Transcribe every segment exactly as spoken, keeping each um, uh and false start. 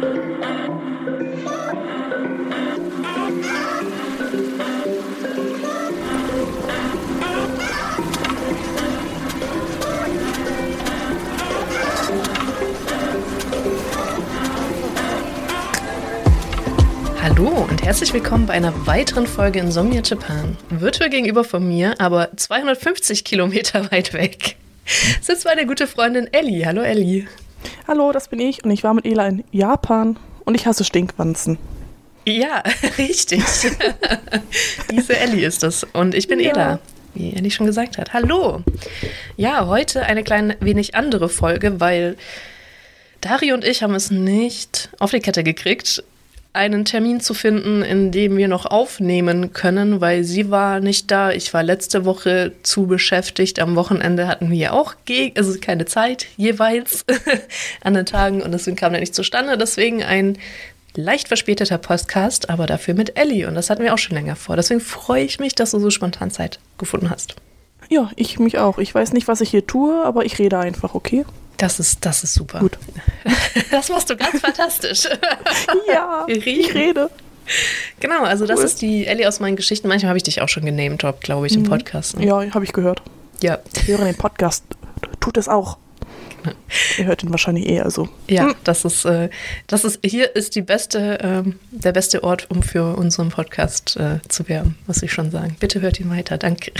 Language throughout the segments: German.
Hallo und herzlich willkommen bei einer weiteren Folge Insomnia Japan. Virtuell gegenüber von mir, aber zweihundertfünfzig Kilometer weit weg, sitzt meine gute Freundin Elli. Hallo Elli. Hallo, das bin ich und ich war mit Ela in Japan und ich hasse Stinkwanzen. Ja, richtig. Diese Elli ist es und ich bin ja. Ela, wie Elli schon gesagt hat. Hallo. Ja, heute eine kleine wenig andere Folge, weil Dari und ich haben es nicht auf die Kette gekriegt, einen Termin zu finden, in dem wir noch aufnehmen können, weil sie war nicht da. Ich war letzte Woche zu beschäftigt. Am Wochenende hatten wir auch ge- also keine Zeit jeweils an den Tagen und deswegen kam der nicht zustande. Deswegen ein leicht verspäteter Podcast, aber dafür mit Elli und das hatten wir auch schon länger vor. Deswegen freue ich mich, dass du so spontan Zeit gefunden hast. Ja, ich mich auch. Ich weiß nicht, was ich hier tue, aber ich rede einfach, okay? Das ist, das ist super. Gut. Das machst du ganz fantastisch. Ja, ich rede. Genau, also das cool. ist die Elli aus meinen Geschichten. Manchmal habe ich dich auch schon genamedroppt, glaube ich, im Podcast. Ne? Ja, habe ich gehört. Ja. Ich höre den Podcast. Tut es auch. Genau. Ihr hört ihn wahrscheinlich eher so. Ja, hm. das ist, äh, das ist, hier ist die beste, ähm, der beste Ort, um für unseren Podcast äh, zu werben, muss ich schon sagen. Bitte hört ihn weiter, danke.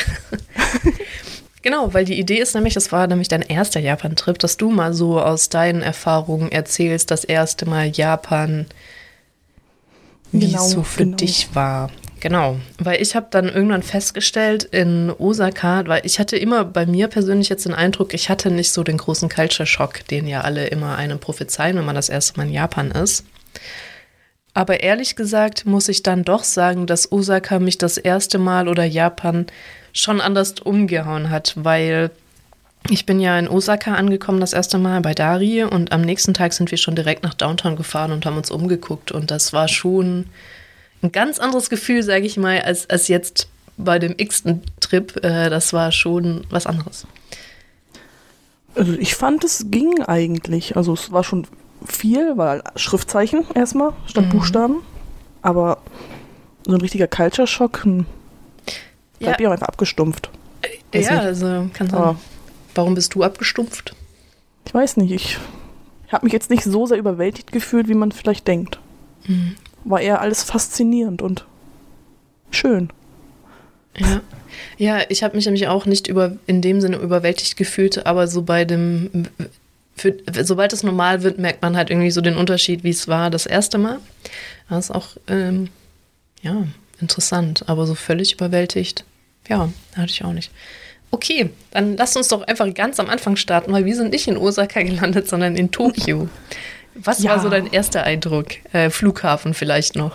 Genau, weil die Idee ist nämlich, das war nämlich dein erster Japan-Trip, dass du mal so aus deinen Erfahrungen erzählst, das erste Mal Japan, wie genau, es so für genau. dich war. Genau, weil ich habe dann irgendwann festgestellt in Osaka, weil ich hatte immer bei mir persönlich jetzt den Eindruck, ich hatte nicht so den großen Culture-Schock, den ja alle immer einem prophezeien, wenn man das erste Mal in Japan ist. Aber ehrlich gesagt muss ich dann doch sagen, dass Osaka mich das erste Mal oder Japan schon anders umgehauen hat, weil ich bin ja in Osaka angekommen das erste Mal bei Dari und am nächsten Tag sind wir schon direkt nach Downtown gefahren und haben uns umgeguckt und das war schon ein ganz anderes Gefühl, sage ich mal, als, als jetzt bei dem x-ten Trip. Äh, das war schon was anderes. Also ich fand, es ging eigentlich. Also es war schon viel, weil Schriftzeichen erstmal statt mhm. Buchstaben, aber so ein richtiger Culture-Schock, hm. Da Ja. hab ich auch einfach abgestumpft. Weiß ja, nicht. also kann sein. Aber warum bist du abgestumpft? Ich weiß nicht. Ich habe mich jetzt nicht so sehr überwältigt gefühlt, wie man vielleicht denkt. Mhm. War eher alles faszinierend und schön. Ja, ja, ich habe mich nämlich auch nicht über in dem Sinne überwältigt gefühlt, aber so bei dem, für, sobald es normal wird, merkt man halt irgendwie so den Unterschied, wie es war das erste Mal. Das ist auch, ähm, ja, interessant, aber so völlig überwältigt. Ja, hatte ich auch nicht. Okay, dann lasst uns doch einfach ganz am Anfang starten, weil wir sind nicht in Osaka gelandet, sondern in Tokio. Was ja. war so dein erster Eindruck? Äh, Flughafen vielleicht noch?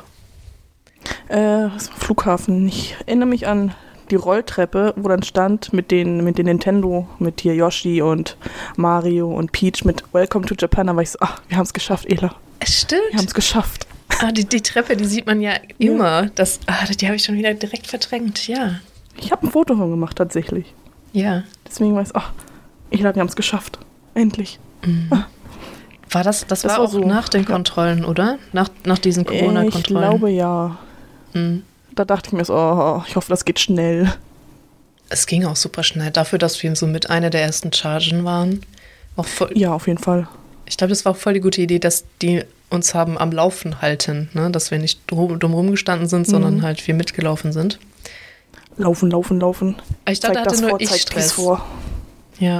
Äh, was war Flughafen? Ich erinnere mich an die Rolltreppe, wo dann stand mit den, mit den Nintendo, mit hier Yoshi und Mario und Peach mit Welcome to Japan. Da war ich so, ach, wir haben es geschafft, Ela. Stimmt. Wir haben es geschafft. Ah, die, die Treppe, die sieht man ja immer. Ja. Das, ah, die habe ich schon wieder direkt verdrängt, ja. Ich habe ein Foto von gemacht, tatsächlich. Ja. Deswegen weiß ich, ach, ich glaube, wir haben es geschafft. Endlich. Mhm. Ah. War das, das, das war, war auch so nach den Kontrollen, oder? Nach, nach diesen Corona-Kontrollen? Ich glaube, ja. Mhm. Da dachte ich mir so, oh, ich hoffe, das geht schnell. Es ging auch super schnell. Dafür, dass wir so mit einer der ersten Chargen waren. Auch voll, ja, auf jeden Fall. Ich glaube, das war auch voll die gute Idee, dass die uns haben am Laufen halten, ne? Dass wir nicht drum, drum rumgestanden sind, mhm. sondern halt wir mitgelaufen sind. Laufen, laufen, laufen. Ich dachte, hatte nur vor, ich Stress. Vor. Ja.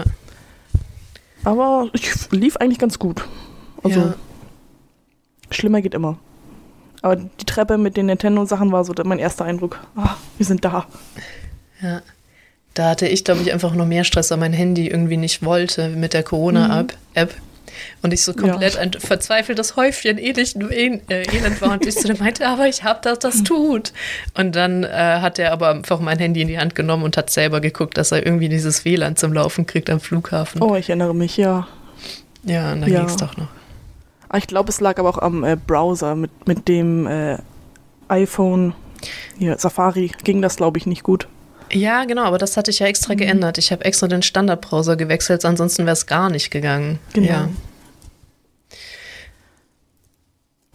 Aber ich lief eigentlich ganz gut. Also, ja. Schlimmer geht immer. Aber die Treppe mit den Nintendo-Sachen war so mein erster Eindruck. Ah, wir sind da. Ja. Da hatte ich, glaube ich, einfach noch mehr Stress, weil mein Handy irgendwie nicht wollte mit der Corona-App. Mhm. Und ich so komplett ja. ein verzweifeltes Häufchen Elend, Elend war und ich so meinte, aber ich hab das, das tut. Und dann äh, hat er aber einfach mein Handy in die Hand genommen und hat selber geguckt, dass er irgendwie dieses W L A N zum Laufen kriegt am Flughafen. Oh, ich erinnere mich, ja. Ja, und dann ja. ging es doch noch. Ich glaube, es lag aber auch am äh, Browser. Mit, mit dem äh, iPhone, hier, Safari, ging das, glaube ich, nicht gut. Ja, genau, aber das hatte ich ja extra mhm. geändert. Ich habe extra den Standardbrowser gewechselt, ansonsten wäre es gar nicht gegangen. Genau. Ja.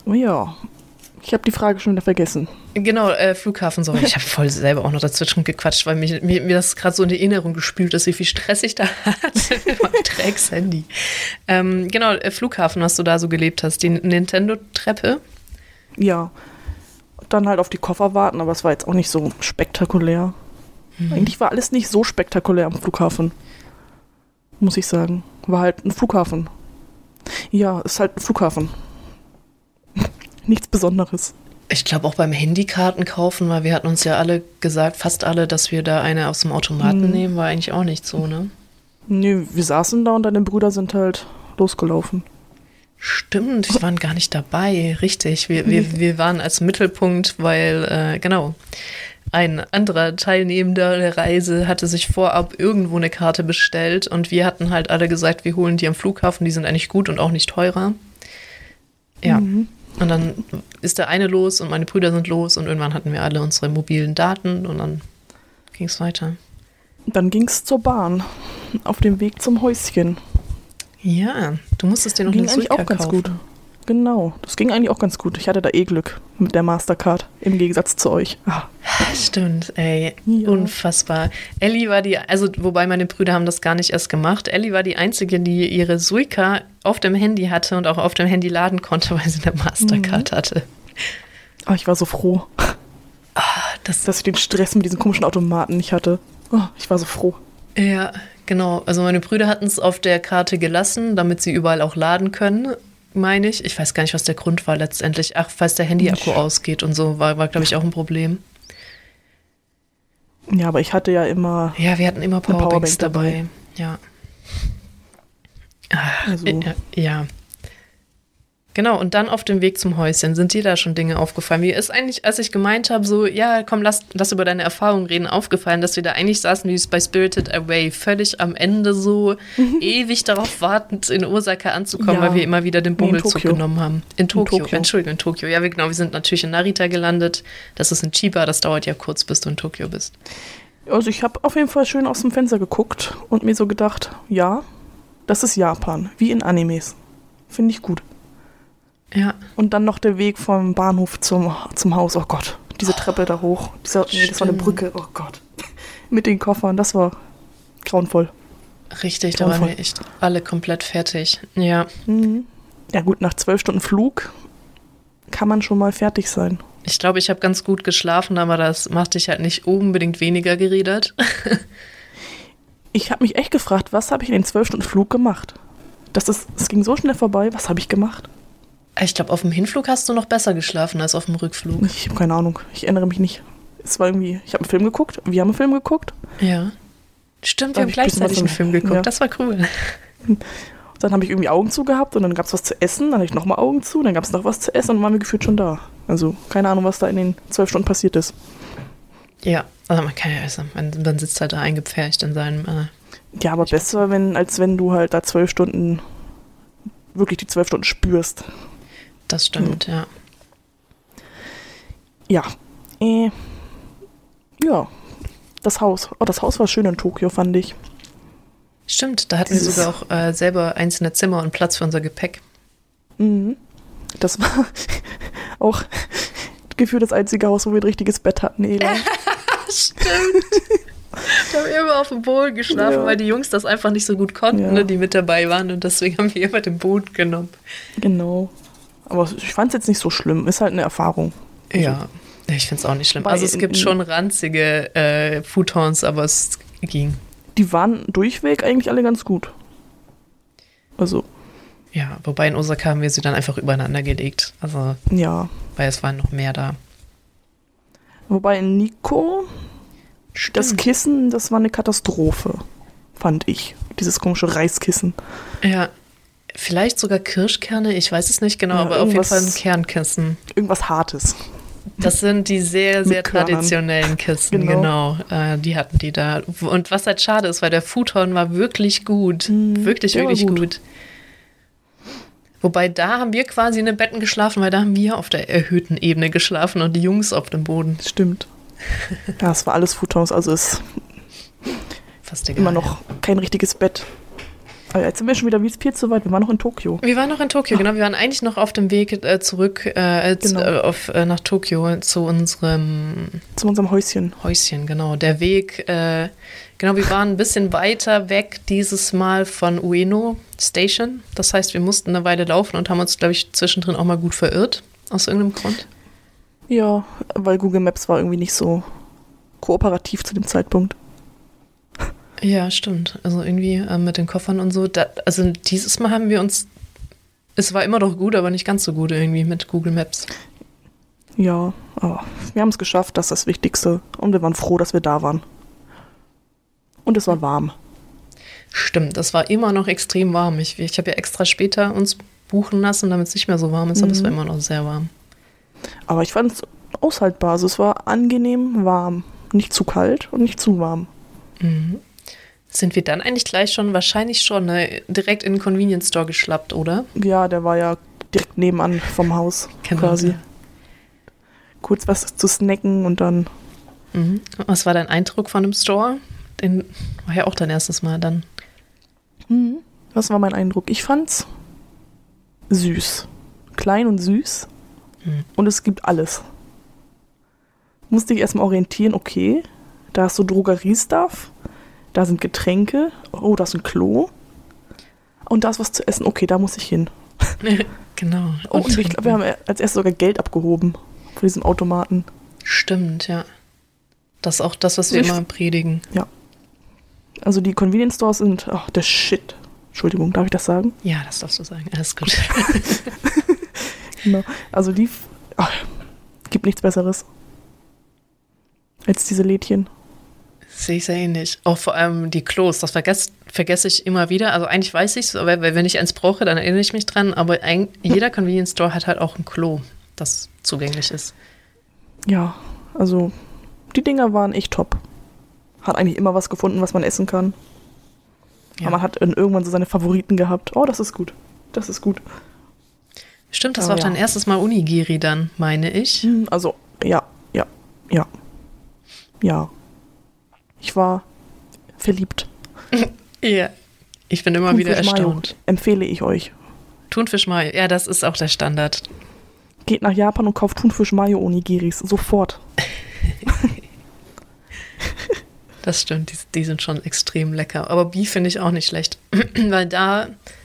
Oh ja, ich habe die Frage schon wieder vergessen. Genau, äh, Flughafen, sorry, ich habe voll selber auch noch dazwischen gequatscht, weil mich, mir, mir das gerade so in die Erinnerung gespült ist, wie viel Stress ich da hatte mit meinem Drecks-Handy. Ähm, genau, äh, Flughafen, was du da so gelebt hast, die Nintendo-Treppe. Ja, dann halt auf die Koffer warten, aber es war jetzt auch nicht so spektakulär. Mhm. Eigentlich war alles nicht so spektakulär am Flughafen, muss ich sagen. War halt ein Flughafen. Ja, ist halt ein Flughafen. Nichts Besonderes. Ich glaube auch beim Handykarten kaufen, weil wir hatten uns ja alle gesagt, fast alle, dass wir da eine aus dem Automaten mhm. nehmen, war eigentlich auch nicht so, ne? Nee, wir saßen da und deine Brüder sind halt losgelaufen. Stimmt, wir waren gar nicht dabei, richtig. Wir, wir, wir waren als Mittelpunkt, weil, äh, genau, ein anderer Teilnehmender der Reise hatte sich vorab irgendwo eine Karte bestellt und wir hatten halt alle gesagt, wir holen die am Flughafen, die sind eigentlich gut und auch nicht teurer. Ja. Mhm. Und dann ist der eine los und meine Brüder sind los und irgendwann hatten wir alle unsere mobilen Daten und dann ging es weiter. Dann ging es zur Bahn, auf dem Weg zum Häuschen. Ja, du musstest dir noch ging eine eigentlich Suica auch ganz kaufen. Gut. Genau, das ging eigentlich auch ganz gut. Ich hatte da eh Glück mit der Mastercard, im Gegensatz zu euch. Ah. Stimmt, ey, ja. Unfassbar. Ellie war die, also wobei meine Brüder haben das gar nicht erst gemacht. Ellie war die Einzige, die ihre Suica auf dem Handy hatte und auch auf dem Handy laden konnte, weil sie eine Mastercard mhm. hatte. Oh, ich war so froh, oh, das dass ich den Stress mit diesen komischen Automaten nicht hatte. Oh, ich war so froh. Ja, genau. Also meine Brüder hatten es auf der Karte gelassen, damit sie überall auch laden können, meine ich. Ich weiß gar nicht, was der Grund war letztendlich. Ach, falls der Handy-Akku ausgeht und so, war, war glaube ich, auch ein Problem. Ja, aber ich hatte ja immer Ja, wir hatten immer Powerbanks Powerbank dabei. dabei. Ja. Also. Ja, ja. Genau, und dann auf dem Weg zum Häuschen sind dir da schon Dinge aufgefallen. Mir ist eigentlich, als ich gemeint habe, so, ja, komm, lass, lass über deine Erfahrungen reden, aufgefallen, dass wir da eigentlich saßen wie bei Spirited Away, völlig am Ende so ewig darauf wartend, in Osaka anzukommen, ja. weil wir immer wieder den Bummelzug genommen haben. In Tokio, in Tokio. Entschuldigung, in Tokio. Ja, wir, genau, wir sind natürlich in Narita gelandet. Das ist in Chiba, das dauert ja kurz, bis du in Tokio bist. Also ich habe auf jeden Fall schön aus dem Fenster geguckt und mir so gedacht, ja, das ist Japan, wie in Animes. Finde ich gut. Ja. Und dann noch der Weg vom Bahnhof zum, zum Haus. Oh Gott, diese Treppe da hoch. Dieser, nee, das war eine Brücke. Oh Gott. Mit den Koffern, das war grauenvoll. Richtig, grauenvoll. Da waren wir echt alle komplett fertig. Ja. Mhm. Ja gut, nach zwölf Stunden Flug kann man schon mal fertig sein. Ich glaube, ich habe ganz gut geschlafen, aber das macht dich halt nicht unbedingt weniger geredet. Ich habe mich echt gefragt, was habe ich in den zwölf Stunden Flug gemacht? Das ist, es ging so schnell vorbei, was habe ich gemacht? Ich glaube, auf dem Hinflug hast du noch besser geschlafen als auf dem Rückflug. Ich habe keine Ahnung. Ich erinnere mich nicht. Es war irgendwie, ich habe einen Film geguckt. Wir haben einen Film geguckt. Ja. Stimmt, wir haben gleichzeitig einen Film geguckt. Ja. Das war cool. Dann habe ich irgendwie Augen zu gehabt und dann gab es was zu essen. Dann hatte ich nochmal Augen zu, dann gab es noch was zu essen und dann waren wir gefühlt schon da. Also keine Ahnung, was da in den zwölf Stunden passiert ist. Ja, also man kann ja wissen, man, man sitzt halt da eingepfercht in seinem... Äh, ja, aber besser, wenn, als wenn du halt da zwölf Stunden, wirklich die zwölf Stunden spürst. Das stimmt, mhm. ja. Ja. Äh, ja. Das Haus. Oh, das Haus war schön in Tokio, fand ich. Stimmt, da hatten Dieses wir sogar auch äh, selber einzelne Zimmer und Platz für unser Gepäck. Mhm. Das war auch gefühlt das einzige Haus, wo wir ein richtiges Bett hatten, Ela. Stimmt. Wir haben immer auf dem Boden geschlafen, ja. weil die Jungs das einfach nicht so gut konnten, ja. ne, die mit dabei waren. Und deswegen haben wir immer den Boden genommen. Genau. Aber ich fand es jetzt nicht so schlimm. Ist halt eine Erfahrung. Ja, ich finde es auch nicht schlimm. Also es gibt schon ranzige äh, Futons, aber es ging. Die waren durchweg eigentlich alle ganz gut. Also. Ja, wobei in Osaka haben wir sie dann einfach übereinander gelegt. Also, ja. Weil es waren noch mehr da. Wobei in Nikko, Stimmt. das Kissen, das war eine Katastrophe, fand ich. Dieses komische Reiskissen. Ja. Vielleicht sogar Kirschkerne, ich weiß es nicht genau, ja, aber auf jeden Fall ein Kernkissen. Irgendwas Hartes. Das sind die sehr, sehr traditionellen Kissen, genau. genau. Äh, die hatten die da. Und was halt schade ist, weil der Futon war wirklich gut. Hm, wirklich, wirklich gut. gut. Wobei da haben wir quasi in den Betten geschlafen, weil da haben wir auf der erhöhten Ebene geschlafen und die Jungs auf dem Boden. Stimmt. Ja, es war alles Futons, also ist fast egal, immer noch ja. kein richtiges Bett. Aber jetzt sind wir schon wieder viel zu weit. Wir waren noch in Tokio. Wir waren noch in Tokio, genau. Wir waren eigentlich noch auf dem Weg äh, zurück äh, Genau. äh, auf, äh, nach Tokio zu unserem Zu unserem Häuschen. Häuschen, genau. Der Weg, äh, genau, wir waren ein bisschen weiter weg dieses Mal von Ueno Station. Das heißt, wir mussten eine Weile laufen und haben uns, glaube ich, zwischendrin auch mal gut verirrt. Aus irgendeinem Grund. Ja, weil Google Maps war irgendwie nicht so kooperativ zu dem Zeitpunkt. Ja, stimmt. Also irgendwie äh, mit den Koffern und so. Da, also dieses Mal haben wir uns, es war immer noch gut, aber nicht ganz so gut irgendwie mit Google Maps. Ja, aber wir haben es geschafft, das ist das Wichtigste. Und wir waren froh, dass wir da waren. Und es war warm. Stimmt, es war immer noch extrem warm. Ich, ich habe ja extra später uns buchen lassen, damit es nicht mehr so warm ist, Mhm. aber es war immer noch sehr warm. Aber ich fand es aushaltbar. Also es war angenehm warm. Nicht zu kalt und nicht zu warm. Mhm. Sind wir dann eigentlich gleich schon, wahrscheinlich schon, ne, direkt in den Convenience Store geschlappt, oder? Ja, der war ja direkt nebenan vom Haus Genau, quasi. ja. Kurz was zu snacken und dann... Mhm. Was war dein Eindruck von dem Store? Den war ja auch dein erstes Mal dann. Mhm. Was war mein Eindruck? Ich fand's süß. Klein und süß. Mhm. Und es gibt alles. Musste ich erstmal orientieren, okay, da ist so Drogeriestuff, da sind Getränke, oh, da ist ein Klo und da ist was zu essen, okay, da muss ich hin. Genau. Oh, und ich glaube, wir haben als erstes sogar Geld abgehoben von diesem Automaten. Stimmt, ja. Das ist auch das, was wir Ich- immer predigen. Also die Convenience Stores sind, ach, der Shit. Entschuldigung, darf ich das sagen? Ja, das darfst du sagen. Alles gut. Genau. Also die, ach, gibt nichts Besseres als diese Lädchen. Sehe ich sehr ähnlich. Auch vor allem die Klos, das vergesse vergesse ich immer wieder. Also eigentlich weiß ich es, aber wenn ich eins brauche, dann erinnere ich mich dran. Aber ein, jeder Convenience Store hat halt auch ein Klo, das zugänglich ist. Ja, also die Dinger waren echt top. Hat eigentlich immer was gefunden, was man essen kann. Ja. Aber man hat dann irgendwann so seine Favoriten gehabt. Oh, das ist gut. Das ist gut. Stimmt, das Oh, war auch ja. dein erstes Mal Unigiri dann, meine ich. Hm, Also, ja, ja, ja. Ja. Ich war verliebt. Ja. Ich bin immer wieder Thunfisch Mayo erstaunt. empfehle ich euch. Thunfisch Mayo, ja, das ist auch der Standard. Geht nach Japan und kauft Thunfisch Mayo Onigiris. Sofort. Das stimmt, die, die sind schon extrem lecker. Aber Beef finde ich auch nicht schlecht. Weil da,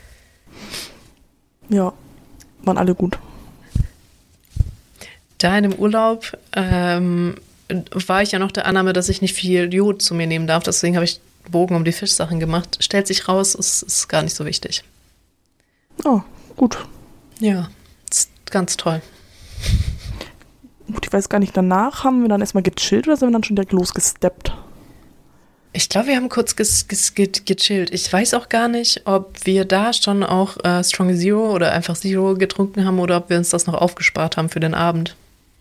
Ja, waren alle gut. da in dem Urlaub ähm, war ich ja noch der Annahme, dass ich nicht viel Jod zu mir nehmen darf. Deswegen habe ich Bogen um die Fischsachen gemacht. Stellt sich raus, es ist gar nicht so wichtig. Oh, gut. Ja, ist ganz toll. Gut, ich weiß gar nicht, danach haben wir dann erstmal gechillt oder sind wir dann schon direkt losgesteppt? Ich glaube, wir haben kurz ges ges ge gechillt. Ich weiß auch gar nicht, ob wir da schon auch äh, Strong Zero oder einfach Zero getrunken haben oder ob wir uns das noch aufgespart haben für den Abend.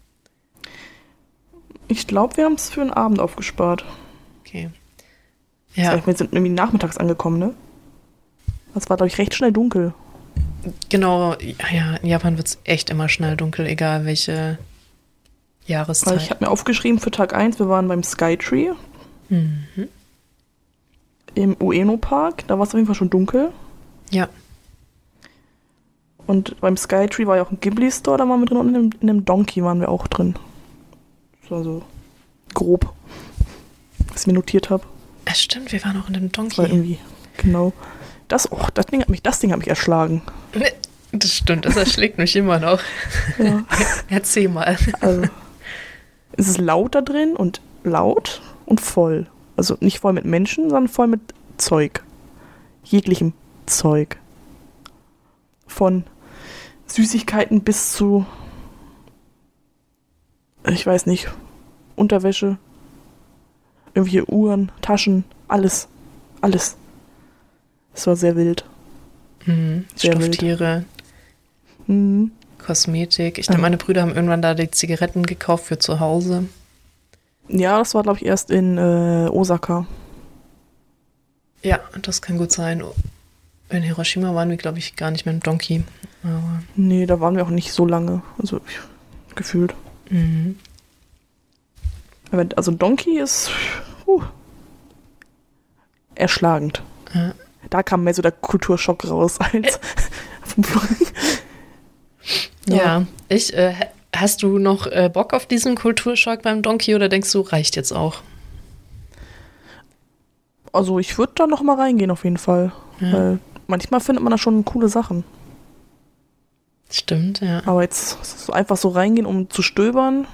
Ich glaube, wir haben es für den Abend aufgespart. Okay. Ja. Ja, Wir sind irgendwie nachmittags angekommen, ne? Das war, glaube ich, recht schnell dunkel. genau. Ja, ja, in Japan wird es echt immer schnell dunkel, egal welche Weil Jahreszeit. ich habe mir aufgeschrieben für Tag eins, wir waren beim Skytree Mhm. im Ueno Park. Da war es auf jeden Fall schon dunkel. Ja, Und beim Skytree war ja auch ein Ghibli-Store, da waren wir drin. Und in einem, in einem Donkey waren wir auch drin. Das war so grob, was ich mir notiert habe. ja, stimmt, wir waren auch in dem Das war Donkey. irgendwie, genau. Das, oh, das Ding hat mich, das Ding hat mich erschlagen. Das stimmt, das erschlägt mich immer noch. Ja. Erzähl mal. Also, es ist laut da drin und laut und voll. Also nicht voll mit Menschen, sondern voll mit Zeug. Jeglichem Zeug. Von Süßigkeiten bis zu, ich weiß nicht, Unterwäsche, irgendwelche Uhren, Taschen, alles. Alles. Es war sehr wild. Mhm. Sehr wild. Stofftiere, Mhm. Kosmetik. Ich Ja. glaube, meine Brüder haben irgendwann da die Zigaretten gekauft für zu Hause. Ja, das war, glaube ich, erst in äh, Osaka. Ja, das kann gut sein. In Hiroshima waren wir, glaube ich, gar nicht mehr im Donkey. Aber, Nee, da waren wir auch nicht so lange. Also ich, gefühlt. mhm. Aber, also Donkey ist uh, erschlagend. Ja. da kam mehr so der Kulturschock raus als vom Fliegen. Ja, ja ich, äh, hast du noch äh, Bock auf diesen Kulturschock beim Donkey oder denkst du, reicht jetzt auch? Also ich würde da noch mal reingehen auf jeden Fall. Ja. Weil manchmal findet man da schon coole Sachen. Stimmt, ja. Aber jetzt so einfach so reingehen, um zu stöbern,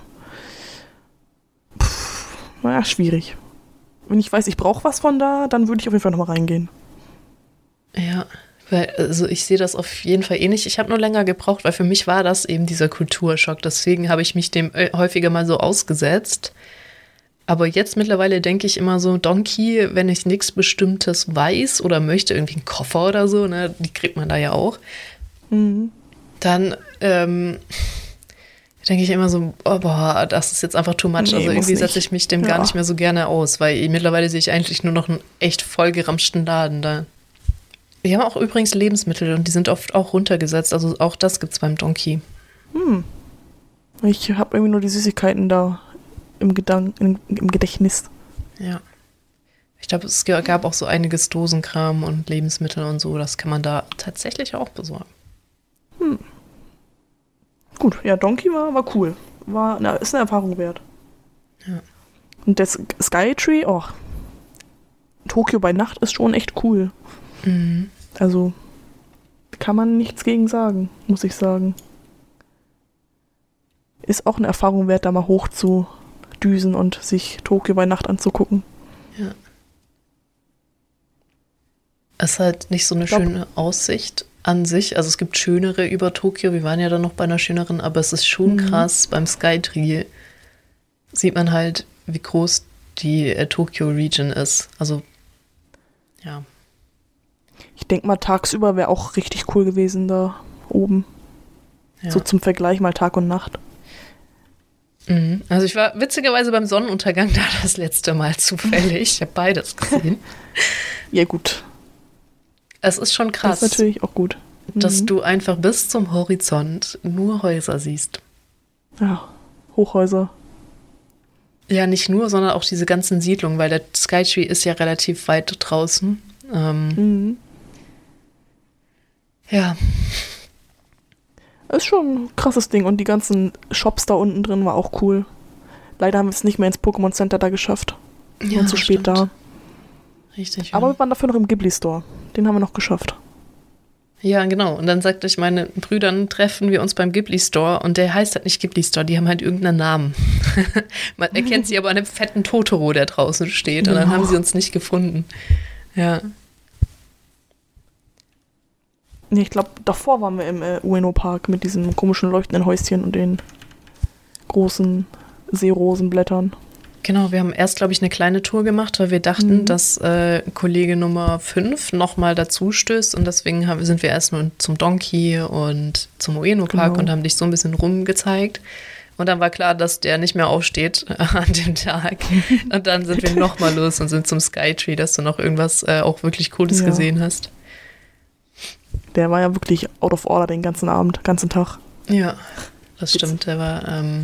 pff, naja, schwierig. Wenn ich weiß, ich brauche was von da, dann würde ich auf jeden Fall noch mal reingehen. Ja, weil also ich sehe das auf jeden Fall ähnlich. Ich habe nur länger gebraucht, weil für mich war das eben dieser Kulturschock. Deswegen habe ich mich dem häufiger mal so ausgesetzt. Aber jetzt mittlerweile denke ich immer so, Donkey, wenn ich nichts Bestimmtes weiß oder möchte, irgendwie einen Koffer oder so, ne, die kriegt man da ja auch, mhm. dann ähm, denke ich immer so, oh, boah, das ist jetzt einfach too much. Nee, also irgendwie setze ich mich dem ja. gar nicht mehr so gerne aus, weil mittlerweile sehe ich eigentlich nur noch einen echt vollgeramschten Laden da. Wir haben auch übrigens Lebensmittel und die sind oft auch runtergesetzt. Also auch das gibt es beim Donkey. Hm. Ich habe irgendwie nur die Süßigkeiten da im, Gedanken, im, im Gedächtnis. Ja. Ich glaube, es gab auch so einiges Dosenkram und Lebensmittel und so. Das kann man da tatsächlich auch besorgen. Hm. Gut, ja, Donkey war, war cool. War, na, ist eine Erfahrung wert. Ja. Und das Skytree, oh, Tokio bei Nacht ist schon echt cool. Mhm. Also kann man nichts gegen sagen, muss ich sagen. Ist auch eine Erfahrung wert, da mal hoch zu düsen und sich Tokio bei Nacht anzugucken. Ja. Es ist halt nicht so eine glaub, schöne Aussicht an sich. Also es gibt schönere über Tokio. Wir waren ja dann noch bei einer schöneren, aber es ist schon mhm. krass. Beim Skytree sieht man halt, wie groß die äh, Tokyo Region ist. Also, ja. Ich denke mal, tagsüber wäre auch richtig cool gewesen da oben. Ja. So zum Vergleich mal Tag und Nacht. Mhm. Also ich war witzigerweise beim Sonnenuntergang da das letzte Mal zufällig. Ich habe beides gesehen. Ja, gut. Es ist schon krass. Das ist natürlich auch gut. Dass mhm. du einfach bis zum Horizont nur Häuser siehst. Ja, Hochhäuser. Ja, nicht nur, sondern auch diese ganzen Siedlungen, weil der Skytree ist ja relativ weit draußen. Ähm, mhm. Ja. Ist schon ein krasses Ding und die ganzen Shops da unten drin war auch cool. Leider haben wir es nicht mehr ins Pokémon Center da geschafft. Wir waren zu spät da. Richtig. Aber ja. wir waren dafür noch im Ghibli Store. Den haben wir noch geschafft. Ja, genau. Und dann sagte ich meinen Brüdern, treffen wir uns beim Ghibli Store und der heißt halt nicht Ghibli Store, die haben halt irgendeinen Namen. Man erkennt sie aber an einem fetten Totoro, der draußen steht und dann genau. haben sie uns nicht gefunden. Ja. Nee, ich glaube, davor waren wir im äh, Ueno-Park mit diesem komischen leuchtenden Häuschen und den großen Seerosenblättern. Genau, wir haben erst, glaube ich, eine kleine Tour gemacht, weil wir dachten, mhm. dass äh, Kollege Nummer fünf nochmal dazu stößt und deswegen haben, sind wir erst mal zum Donkey und zum Ueno-Park genau. und haben dich so ein bisschen rumgezeigt. Und dann war klar, dass der nicht mehr aufsteht äh, an dem Tag. Und dann sind wir nochmal los und sind zum Skytree, dass du noch irgendwas äh, auch wirklich Cooles ja. gesehen hast. Der war ja wirklich out of order den ganzen Abend, ganzen Tag. Ja, das stimmt. Der war. Ähm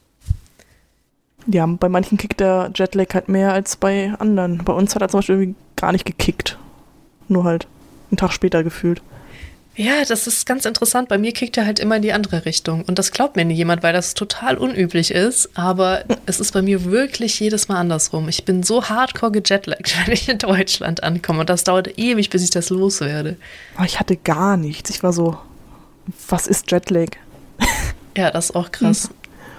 ja, bei manchen kickt der Jetlag halt mehr als bei anderen. Bei uns hat er zum Beispiel irgendwie gar nicht gekickt. Nur halt einen Tag später gefühlt. Ja, das ist ganz interessant. Bei mir kickt er halt immer in die andere Richtung. Und das glaubt mir nie jemand, weil das total unüblich ist. Aber es ist bei mir wirklich jedes Mal andersrum. Ich bin so hardcore gejetlaggt, wenn ich in Deutschland ankomme. Und das dauert ewig, bis ich das loswerde. Aber ich hatte gar nichts. Ich war so, was ist Jetlag? Ja, das ist auch krass.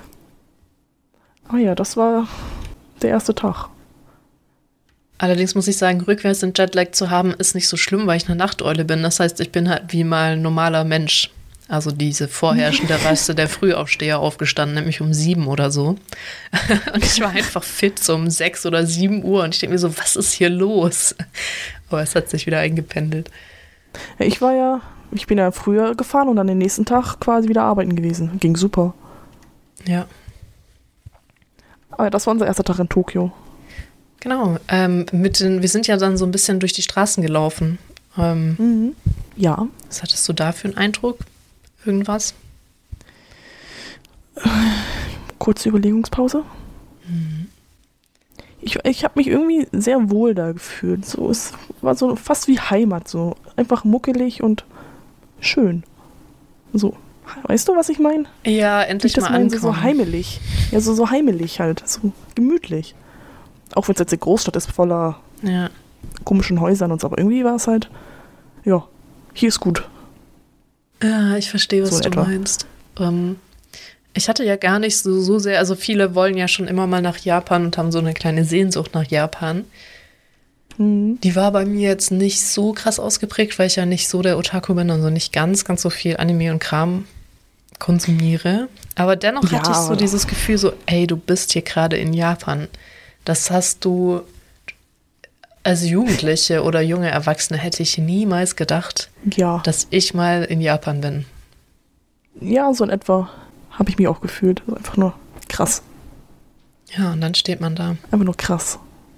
Ah ja, das war der erste Tag. Allerdings muss ich sagen, rückwärts den Jetlag zu haben, ist nicht so schlimm, weil ich eine Nachteule bin. Das heißt, ich bin halt wie mal ein normaler Mensch. Also diese vorherrschende Rasse der Frühaufsteher aufgestanden, nämlich um sieben oder so. Und ich war einfach fit, so um sechs oder sieben Uhr. Und ich denke mir so, was ist hier los? Aber es hat sich wieder eingependelt. Ja, ich war ja, ich bin ja früher gefahren und dann den nächsten Tag quasi wieder arbeiten gewesen. Ging super. Ja. Aber das war unser erster Tag in Tokio. Genau, ähm, mit den, wir sind ja dann so ein bisschen durch die Straßen gelaufen. Ähm, mhm. Ja. Was hattest du da für einen Eindruck? Irgendwas? Kurze Überlegungspause. Mhm. Ich, ich habe mich irgendwie sehr wohl da gefühlt. So, es war so fast wie Heimat, so einfach muckelig und schön. So, weißt du, was ich meine? Ja, endlich das mal mein, ankommen. so, so heimelig. Ja, so, so heimelig halt, so gemütlich. Auch wenn es jetzt eine Großstadt ist, voller Ja. komischen Häusern und so, aber irgendwie war es halt, ja, hier ist gut. Ja, ich verstehe, was So in du etwa. meinst. Ähm, ich hatte ja gar nicht so, so sehr, also viele wollen ja schon immer mal nach Japan und haben so eine kleine Sehnsucht nach Japan. Mhm. Die war bei mir jetzt nicht so krass ausgeprägt, weil ich ja nicht so der Otaku bin, also nicht ganz, ganz so viel Anime und Kram konsumiere. Aber dennoch Ja, hatte ich so aber- dieses Gefühl so, ey, du bist hier gerade in Japan. Das hast du als Jugendliche oder junge Erwachsene hätte ich niemals gedacht, Ja, dass ich mal in Japan bin. ja, so in etwa habe ich mich auch gefühlt. Also einfach nur krass. Ja, und dann steht man da. Einfach nur krass.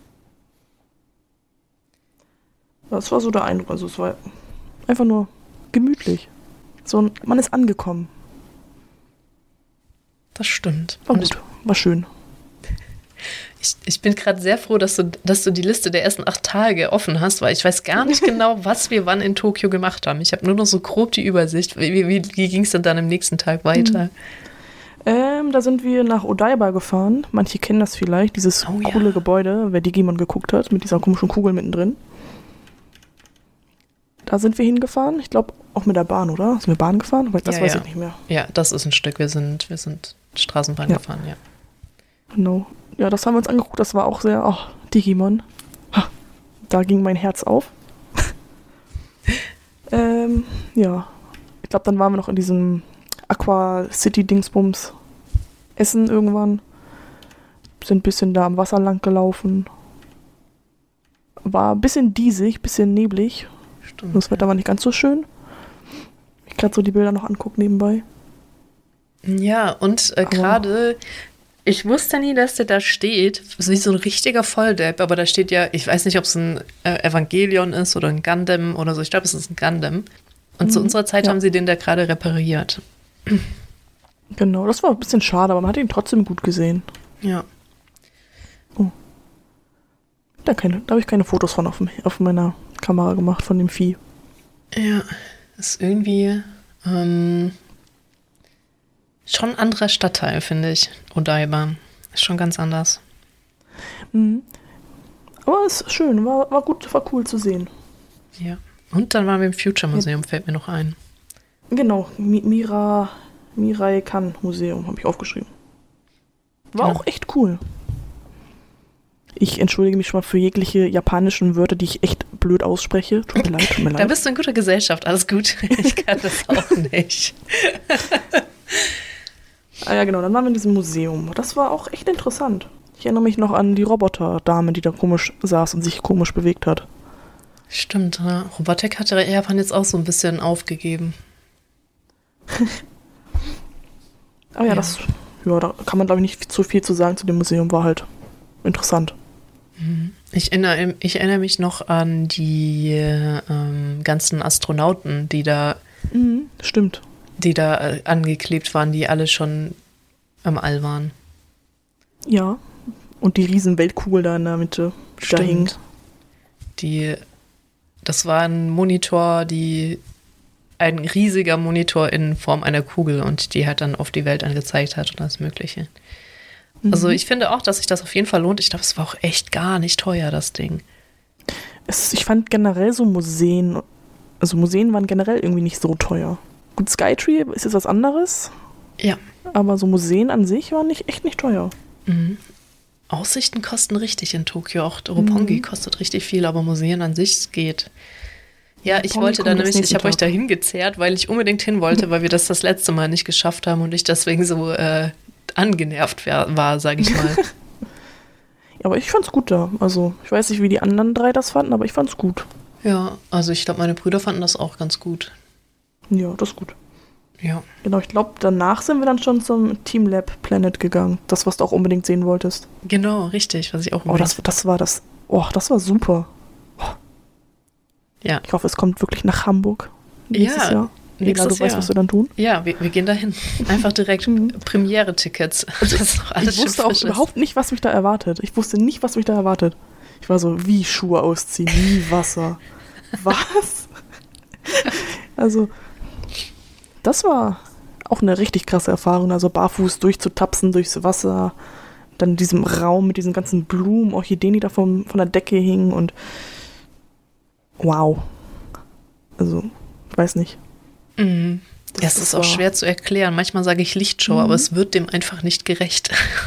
Das war so der Eindruck. Also es war einfach nur gemütlich. So, ein- man ist angekommen. Das stimmt. War Und gut, war schön. ich, ich bin gerade sehr froh, dass du, dass du die Liste der ersten acht Tage offen hast, weil ich weiß gar nicht genau, was wir wann in Tokio gemacht haben. Ich habe nur noch so grob die Übersicht. Wie, wie, wie ging es denn dann am nächsten Tag weiter? Ähm, da sind wir nach Odaiba gefahren. Manche kennen das vielleicht, dieses Oh ja. coole Gebäude, wer Digimon geguckt hat, mit dieser komischen Kugel mittendrin. Da sind wir hingefahren. Ich glaube, auch mit der Bahn, oder? Sind wir Bahn gefahren? Aber das Ja, weiß ja. ich nicht mehr. Ja, das ist ein Stück. Wir sind, wir sind Straßenbahn Ja. gefahren, ja. Genau. Ja, das haben wir uns angeguckt. Das war auch sehr, oh, Digimon. Ha, da ging mein Herz auf. ähm, ja. Ich glaube, dann waren wir noch in diesem Aqua City Dingsbums essen irgendwann. Sind ein bisschen da am Wasser lang gelaufen. War ein bisschen diesig, ein bisschen neblig. Stimmt. Das Wetter war nicht ganz so schön. Ich gerade so die Bilder noch angucken nebenbei. Ja, und äh, Aber- gerade, ich wusste nie, dass der da steht, wie so ein richtiger Volldepp, aber da steht ja, ich weiß nicht, ob es ein äh, Evangelion ist oder ein Gundam oder so, ich glaube, es ist ein Gundam. Und zu Mhm, unserer Zeit ja. haben sie den da gerade repariert. Genau, das war ein bisschen schade, aber man hat ihn trotzdem gut gesehen. Ja. Da, keine- da habe ich keine Fotos von auf, dem, auf meiner Kamera gemacht, von dem Vieh. Ja, ist irgendwie ähm, schon ein anderer Stadtteil, finde ich, Odaiba. Ist schon ganz anders. Mhm. Aber es ist schön, war, war gut, war cool zu sehen. Ja. Und dann waren wir im Future Museum, fällt mir noch ein. Genau, Mi Mira, Mirai Kan Museum habe ich aufgeschrieben. War Ja. auch echt cool. Ich entschuldige mich schon mal für jegliche japanischen Wörter, die ich echt blöd ausspreche. Tut mir leid, tut mir Da leid. bist du in guter Gesellschaft, alles gut. Ich kann das auch nicht. Ah ja, genau, dann waren wir in diesem Museum. Das war auch echt interessant. Ich erinnere mich noch an die Roboterdame, die da komisch saß und sich komisch bewegt hat. Stimmt, ja. Robotik hat der Japan jetzt auch so ein bisschen aufgegeben. Aber ja, Ja. das, ja, da kann man glaube ich nicht zu viel zu sagen zu dem Museum, war halt interessant. Ich erinnere, ich erinnere mich noch an die ähm, ganzen Astronauten, die da, Mhm, stimmt. die da äh, angeklebt waren, die alle schon im All waren. Ja. Und die riesen Weltkugel da in der Mitte, die da hing. Die, das war ein Monitor, die ein riesiger Monitor in Form einer Kugel und die halt dann auf die Welt angezeigt hat und alles Mögliche. Also Mhm. ich finde auch, dass sich das auf jeden Fall lohnt. Ich glaube, es war auch echt gar nicht teuer, das Ding. Es, ich fand generell so Museen, also Museen waren generell irgendwie nicht so teuer. Gut, Skytree ist jetzt was anderes, Ja. aber so Museen an sich waren nicht, echt nicht teuer. Mhm. Aussichten kosten richtig in Tokio. Auch Roppongi Mhm. kostet richtig viel, aber Museen an sich es geht. Ja, ich Roppongi wollte da kommt erst nämlich, ich nächsten habe euch Tag. da hingezerrt, weil ich unbedingt hin wollte, weil wir das das letzte Mal nicht geschafft haben und ich deswegen so äh, angenervt wär, war, sage ich mal. Ja, aber ich fand's gut da. Also, ich weiß nicht, wie die anderen drei das fanden, aber ich fand's gut. Ja, also ich glaube, meine Brüder fanden das auch ganz gut. Ja, das ist gut. Ja. Genau, ich glaube, danach sind wir dann schon zum Team Lab Planet gegangen. Das, was du auch unbedingt sehen wolltest. Genau, richtig, was ich auch Oh, das, das war das. Oh, das war super. Ja. Ich hoffe, es kommt wirklich nach Hamburg nächstes Ja, Jahr. Ela, du weißt, was wir dann tun? Ja, wir, wir gehen dahin. Einfach direkt Premiere-Tickets. Das ist doch alles ich wusste auch Frisches. überhaupt nicht, was mich da erwartet. Ich wusste nicht, was mich da erwartet. Ich war so, wie Schuhe ausziehen, wie Wasser. Was? Also, das war auch eine richtig krasse Erfahrung. Also barfuß durchzutapsen durchs Wasser, dann in diesem Raum mit diesen ganzen Blumen, Orchideen, die da vom, von der Decke hingen und wow. Also, ich weiß nicht. Mhm. Ja, es ist auch schwer zu erklären. Manchmal sage ich Lichtshow, mhm. aber es wird dem einfach nicht gerecht.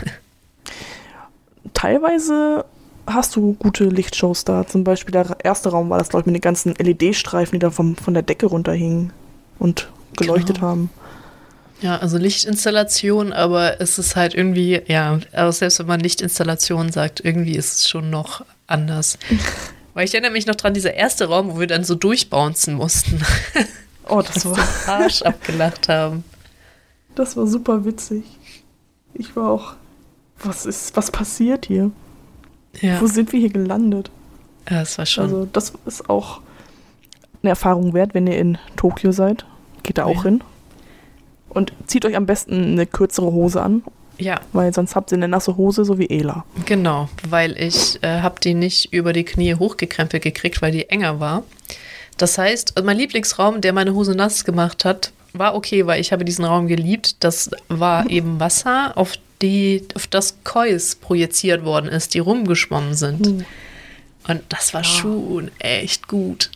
Teilweise hast du gute Lichtshows da. Zum Beispiel der erste Raum war das, glaube ich, mit den ganzen L E D-Streifen, die da vom, von der Decke runterhingen und geleuchtet genau. haben. Ja, also Lichtinstallation, aber es ist halt irgendwie, ja, aber selbst wenn man Lichtinstallation sagt, irgendwie ist es schon noch anders. Weil ich erinnere mich noch dran, dieser erste Raum, wo wir dann so durchbouncen mussten. Oh, das war... den Arsch abgelacht haben. Das war super witzig. Ich war auch... Was ist, was passiert hier? Ja. Wo sind wir hier gelandet? Ja, das war schon... Also das ist auch eine Erfahrung wert, wenn ihr in Tokio seid. Geht da auch ja. hin. Und zieht euch am besten eine kürzere Hose an. Ja. Weil sonst habt ihr eine nasse Hose, so wie Ela. Genau, weil ich äh, habe die nicht über die Knie hochgekrempelt gekriegt, weil die enger war. Das heißt, mein Lieblingsraum, der meine Hose nass gemacht hat, war okay, weil ich habe diesen Raum geliebt. Das war eben Wasser, auf, die, auf das Kois projiziert worden ist, die rumgeschwommen sind. Mhm. Und das war ja. schon echt gut.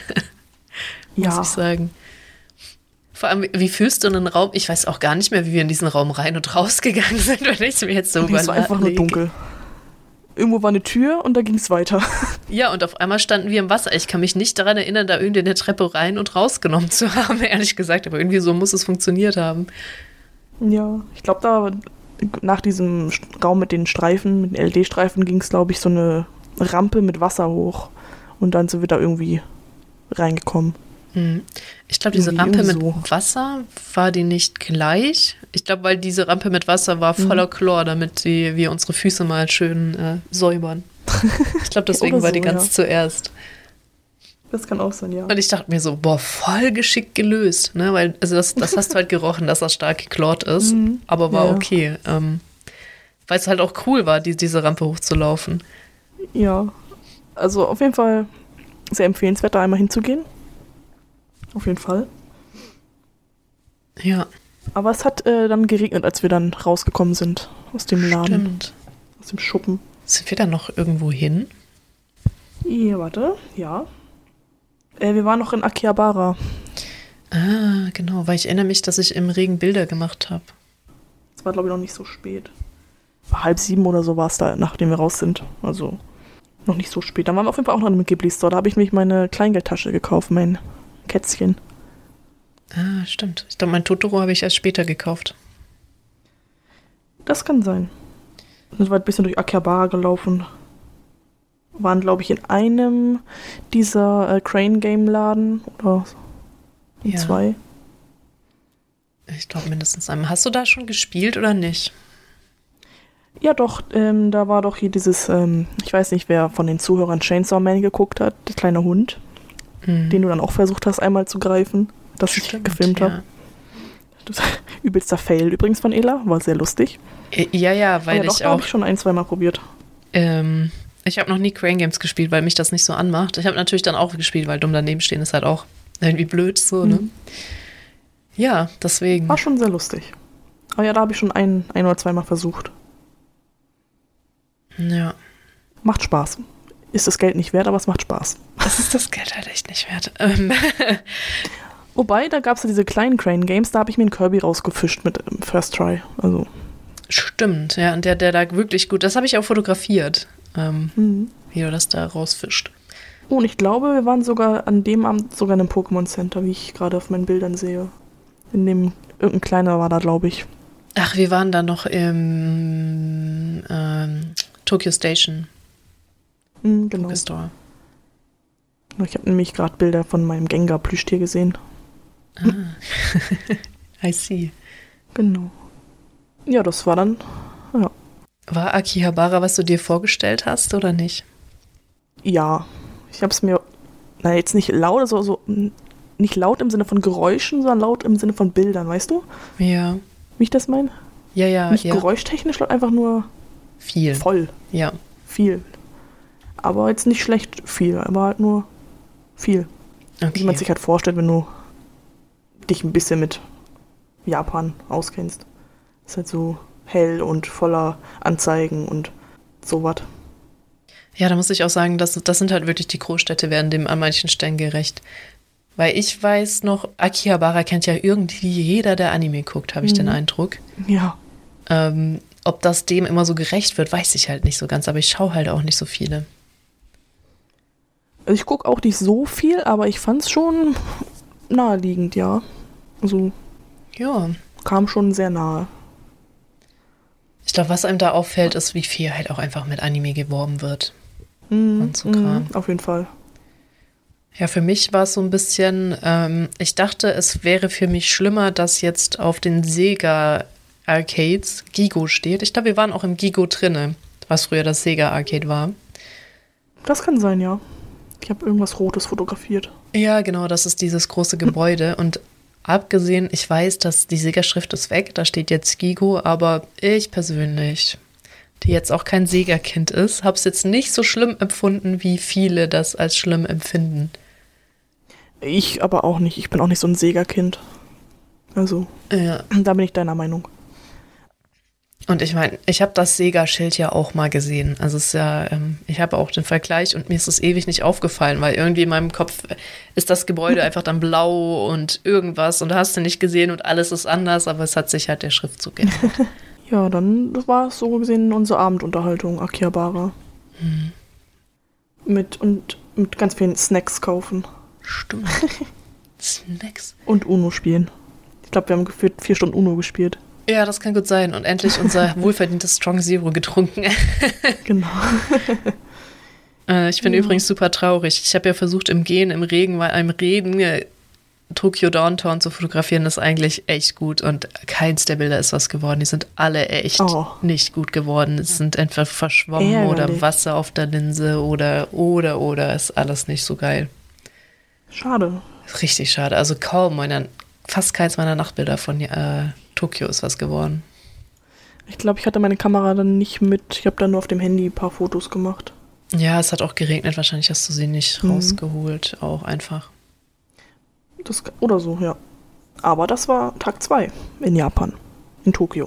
Muss ja. ich sagen. Vor allem, wie fühlst du einen Raum? Ich weiß auch gar nicht mehr, wie wir in diesen Raum rein und rausgegangen sind, wenn ich es mir jetzt so überlege. Es war einfach nur dunkel. Irgendwo war eine Tür und da ging es weiter. Ja, und auf einmal standen wir im Wasser. Ich kann mich nicht daran erinnern, da irgendwie eine Treppe rein und rausgenommen zu haben, ehrlich gesagt. Aber irgendwie so muss es funktioniert haben. Ja, ich glaube, da nach diesem Raum mit den Streifen, mit den L E D-Streifen, ging es, glaube ich, so eine Rampe mit Wasser hoch. Und dann sind wir da irgendwie reingekommen. Ich glaube, diese Rampe mit so. Wasser, war die nicht gleich? Ich glaube, weil diese Rampe mit Wasser war voller mhm. Chlor, damit die, wir unsere Füße mal schön äh, säubern. Ich glaube, deswegen so, war die ganz ja. zuerst. Das kann auch sein, ja. Und ich dachte mir so, boah, voll geschickt gelöst. Ne? Weil, also das, das hast du halt gerochen, dass das stark geklort ist. Mhm. Aber war ja. okay. Ähm, weil es halt auch cool war, die, diese Rampe hochzulaufen. Ja, also auf jeden Fall sehr empfehlenswert, da einmal hinzugehen. Auf jeden Fall. Ja. Aber es hat äh, dann geregnet, als wir dann rausgekommen sind aus dem Laden. Stimmt. Aus dem Schuppen. Sind wir dann noch irgendwo hin? Ja, warte. Ja. Äh, wir waren noch in Akihabara. Ah, genau. Weil ich erinnere mich, dass ich im Regen Bilder gemacht habe. Es war, glaube ich, noch nicht so spät. Halb sieben oder so war es da, nachdem wir raus sind. Also noch nicht so spät. Dann waren wir auf jeden Fall auch noch in einem Ghibli-Store. Da habe ich mich meine Kleingeldtasche gekauft, mein Kätzchen. Ah, stimmt. Ich glaube, mein Totoro habe ich erst später gekauft. Das kann sein. Dann sind wir ein bisschen durch Akihabara gelaufen. Waren, glaube ich, in einem dieser äh, Crane-Game-Laden. Oder in ja. zwei. Ich glaube, mindestens einem. Hast du da schon gespielt oder nicht? Ja, doch. Ähm, da war doch hier dieses, ähm, ich weiß nicht, wer von den Zuhörern Chainsaw Man geguckt hat. Der kleine Hund. Mhm. Den du dann auch versucht hast, einmal zu greifen, das Stimmt, ich gefilmt ja. habe. Übelster Fail übrigens von Ela, war sehr lustig. Ja, ja, weil ja, doch, ich auch... habe ich schon ein, zweimal probiert. Ähm, ich habe noch nie Crane Games gespielt, weil mich das nicht so anmacht. Ich habe natürlich dann auch gespielt, weil dumm daneben stehen ist halt auch irgendwie blöd so, ne? Mhm. Ja, deswegen. War schon sehr lustig. Aber ja, da habe ich schon ein, ein oder zweimal versucht. Ja. Macht Spaß. Ist das Geld nicht wert, aber es macht Spaß. Das ist das Geld halt echt nicht wert. Wobei, da gab es ja diese kleinen Crane-Games, da habe ich mir einen Kirby rausgefischt mit ähm, First Try. Also. Stimmt, ja, und der, der da wirklich gut, das habe ich auch fotografiert, ähm, mhm. wie du das da rausfischt. Oh, und ich glaube, wir waren sogar an dem Abend sogar in einem Pokémon Center, wie ich gerade auf meinen Bildern sehe. In dem, irgendein kleiner war da, glaube ich. Ach, wir waren da noch im ähm, Tokyo Station. Mhm, genau. Tokyo Store. Ich habe nämlich gerade Bilder von meinem Gengar-Plüschtier gesehen. Ah, I see. Genau. Ja, das war dann, ja. War Akihabara, was du dir vorgestellt hast, oder nicht? Ja, ich habe es mir, na jetzt nicht laut, so, so nicht laut im Sinne von Geräuschen, sondern laut im Sinne von Bildern, weißt du? Ja. Wie ich das meine? Ja, ja, Nicht ja. geräuschtechnisch, laut, einfach nur Viel. voll. Ja. Viel. Aber jetzt nicht schlecht viel, aber halt nur viel. Okay. Wie man sich halt vorstellt, wenn du dich ein bisschen mit Japan auskennst. Ist halt so hell und voller Anzeigen und sowas. Ja, da muss ich auch sagen, dass, das sind halt wirklich die Großstädte, werden dem an manchen Stellen gerecht. Weil ich weiß noch, Akihabara kennt ja irgendwie jeder, der Anime guckt, habe ich mhm. den Eindruck. Ja. Ähm, ob das dem immer so gerecht wird, weiß ich halt nicht so ganz, aber ich schaue halt auch nicht so viele. Also ich gucke auch nicht so viel, aber ich fand es schon naheliegend, ja. Also ja. Kam schon sehr nahe. Ich glaube, was einem da auffällt, ist, wie viel halt auch einfach mit Anime geworben wird. Mm, und so Kram. Mm, auf jeden Fall. Ja, für mich war es so ein bisschen, ähm, ich dachte, es wäre für mich schlimmer, dass jetzt auf den Sega Arcades Gigo steht. Ich glaube, wir waren auch im Gigo drinne, was früher das Sega Arcade war. Das kann sein, ja. Ich habe irgendwas Rotes fotografiert. Ja, genau, das ist dieses große Gebäude. Und abgesehen, ich weiß, dass die Sega-Schrift ist weg, da steht jetzt Gigo, aber ich persönlich, die jetzt auch kein Sega-Kind ist, habe es jetzt nicht so schlimm empfunden, wie viele das als schlimm empfinden. Ich aber auch nicht. Ich bin auch nicht so ein Sega-Kind. Also, ja. Da bin ich deiner Meinung. Und ich meine, ich habe das Sega-Schild ja auch mal gesehen. Also es ist ja, ähm, ich habe auch den Vergleich und mir ist es ewig nicht aufgefallen, weil irgendwie in meinem Kopf ist das Gebäude einfach dann blau und irgendwas und da hast du nicht gesehen und alles ist anders, aber es hat sich halt der Schriftzug geändert. Ja, dann war es so gesehen unsere Abendunterhaltung, Akihabara. Hm. Mit, und mit ganz vielen Snacks kaufen. Stimmt. Snacks. Und Uno spielen. Ich glaube, wir haben gefühlt vier Stunden Uno gespielt. Ja, das kann gut sein. Und endlich unser wohlverdientes Strong Zero getrunken. Genau. äh, ich bin ja. übrigens super traurig. Ich habe ja versucht, im Gehen, im Regen, weil einem Regen äh, Tokyo Downtown zu fotografieren, ist eigentlich echt gut. Und keins der Bilder ist was geworden. Die sind alle echt oh. nicht gut geworden. Es sind entweder verschwommen Ärgerlich. Oder Wasser auf der Linse oder, oder, oder. Ist alles nicht so geil. Schade. Richtig schade. Also kaum meiner, fast keins meiner Nachtbilder von äh, Tokio ist was geworden. Ich glaube, ich hatte meine Kamera dann nicht mit. Ich habe dann nur auf dem Handy ein paar Fotos gemacht. Ja, es hat auch geregnet. Wahrscheinlich hast du sie nicht mhm. rausgeholt. Auch einfach. Das, oder so, ja. Aber das war Tag zwei in Japan. In Tokio.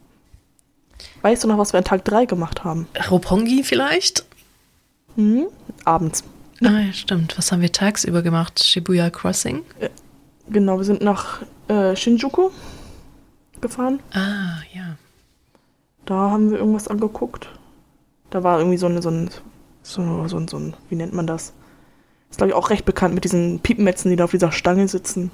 Weißt du noch, was wir an Tag drei gemacht haben? Roppongi vielleicht? Mhm. Abends. Ah, ja, stimmt. Was haben wir tagsüber gemacht? Shibuya Crossing? Äh, genau, wir sind nach äh, Shinjuku gefahren. Ah, ja. Da haben wir irgendwas angeguckt. Da war irgendwie so ein, so ein, so, so ein, so ein wie nennt man das? Ist, glaube ich, auch recht bekannt mit diesen Piepenmetzen, die da auf dieser Stange sitzen.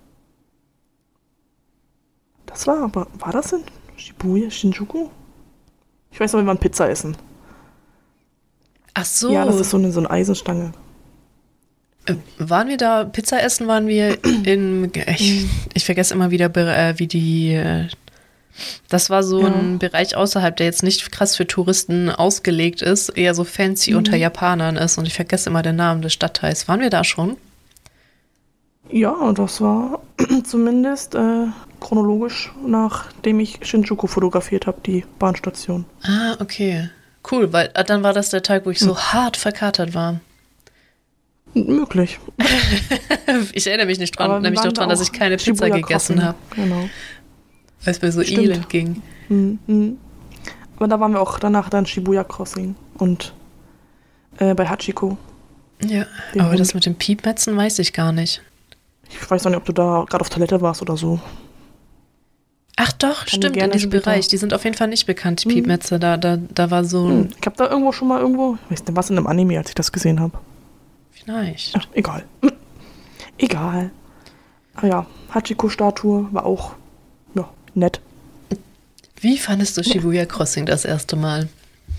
Das war aber, war das in Shibuya, Shinjuku? Ich weiß noch, wir waren Pizza essen. Ach so. Ja, das ist so eine, so eine Eisenstange. Äh, waren wir da, Pizza essen waren wir in, ich, ich vergesse immer wieder, äh, wie die, äh, das war so ja. ein Bereich außerhalb, der jetzt nicht krass für Touristen ausgelegt ist, eher so fancy mhm. unter Japanern ist und ich vergesse immer den Namen des Stadtteils. Waren wir da schon? Ja, das war zumindest äh, chronologisch, nachdem ich Shinjuku fotografiert habe, die Bahnstation. Ah, okay. Cool, weil dann war das der Tag, wo ich so hm. hart verkatert war. Möglich. Ich erinnere mich nicht dran, nämlich doch dran, dass ich keine Pizza Shibuya gegessen habe. Genau. Weil es mir so Stimmt. elend ging. Mhm. Aber da waren wir auch danach dann Shibuya Crossing und äh, bei Hachiko. Ja, aber Hund. Das mit den Piepmetzen weiß ich gar nicht. Ich weiß auch nicht, ob du da gerade auf Toilette warst oder so. Ach doch, Kann stimmt, in diesem später. Bereich. Die sind auf jeden Fall nicht bekannt, die Piepmetze. Hm. Da, da, da war so ein... Hm. Ich habe da irgendwo schon mal irgendwo... Ich weiß nicht, was in einem Anime, als ich das gesehen habe. Vielleicht. Ach, egal. Hm. Egal. Ah ja, Hachiko-Statue war auch ja, nett. Wie fandest du Shibuya Crossing das erste Mal?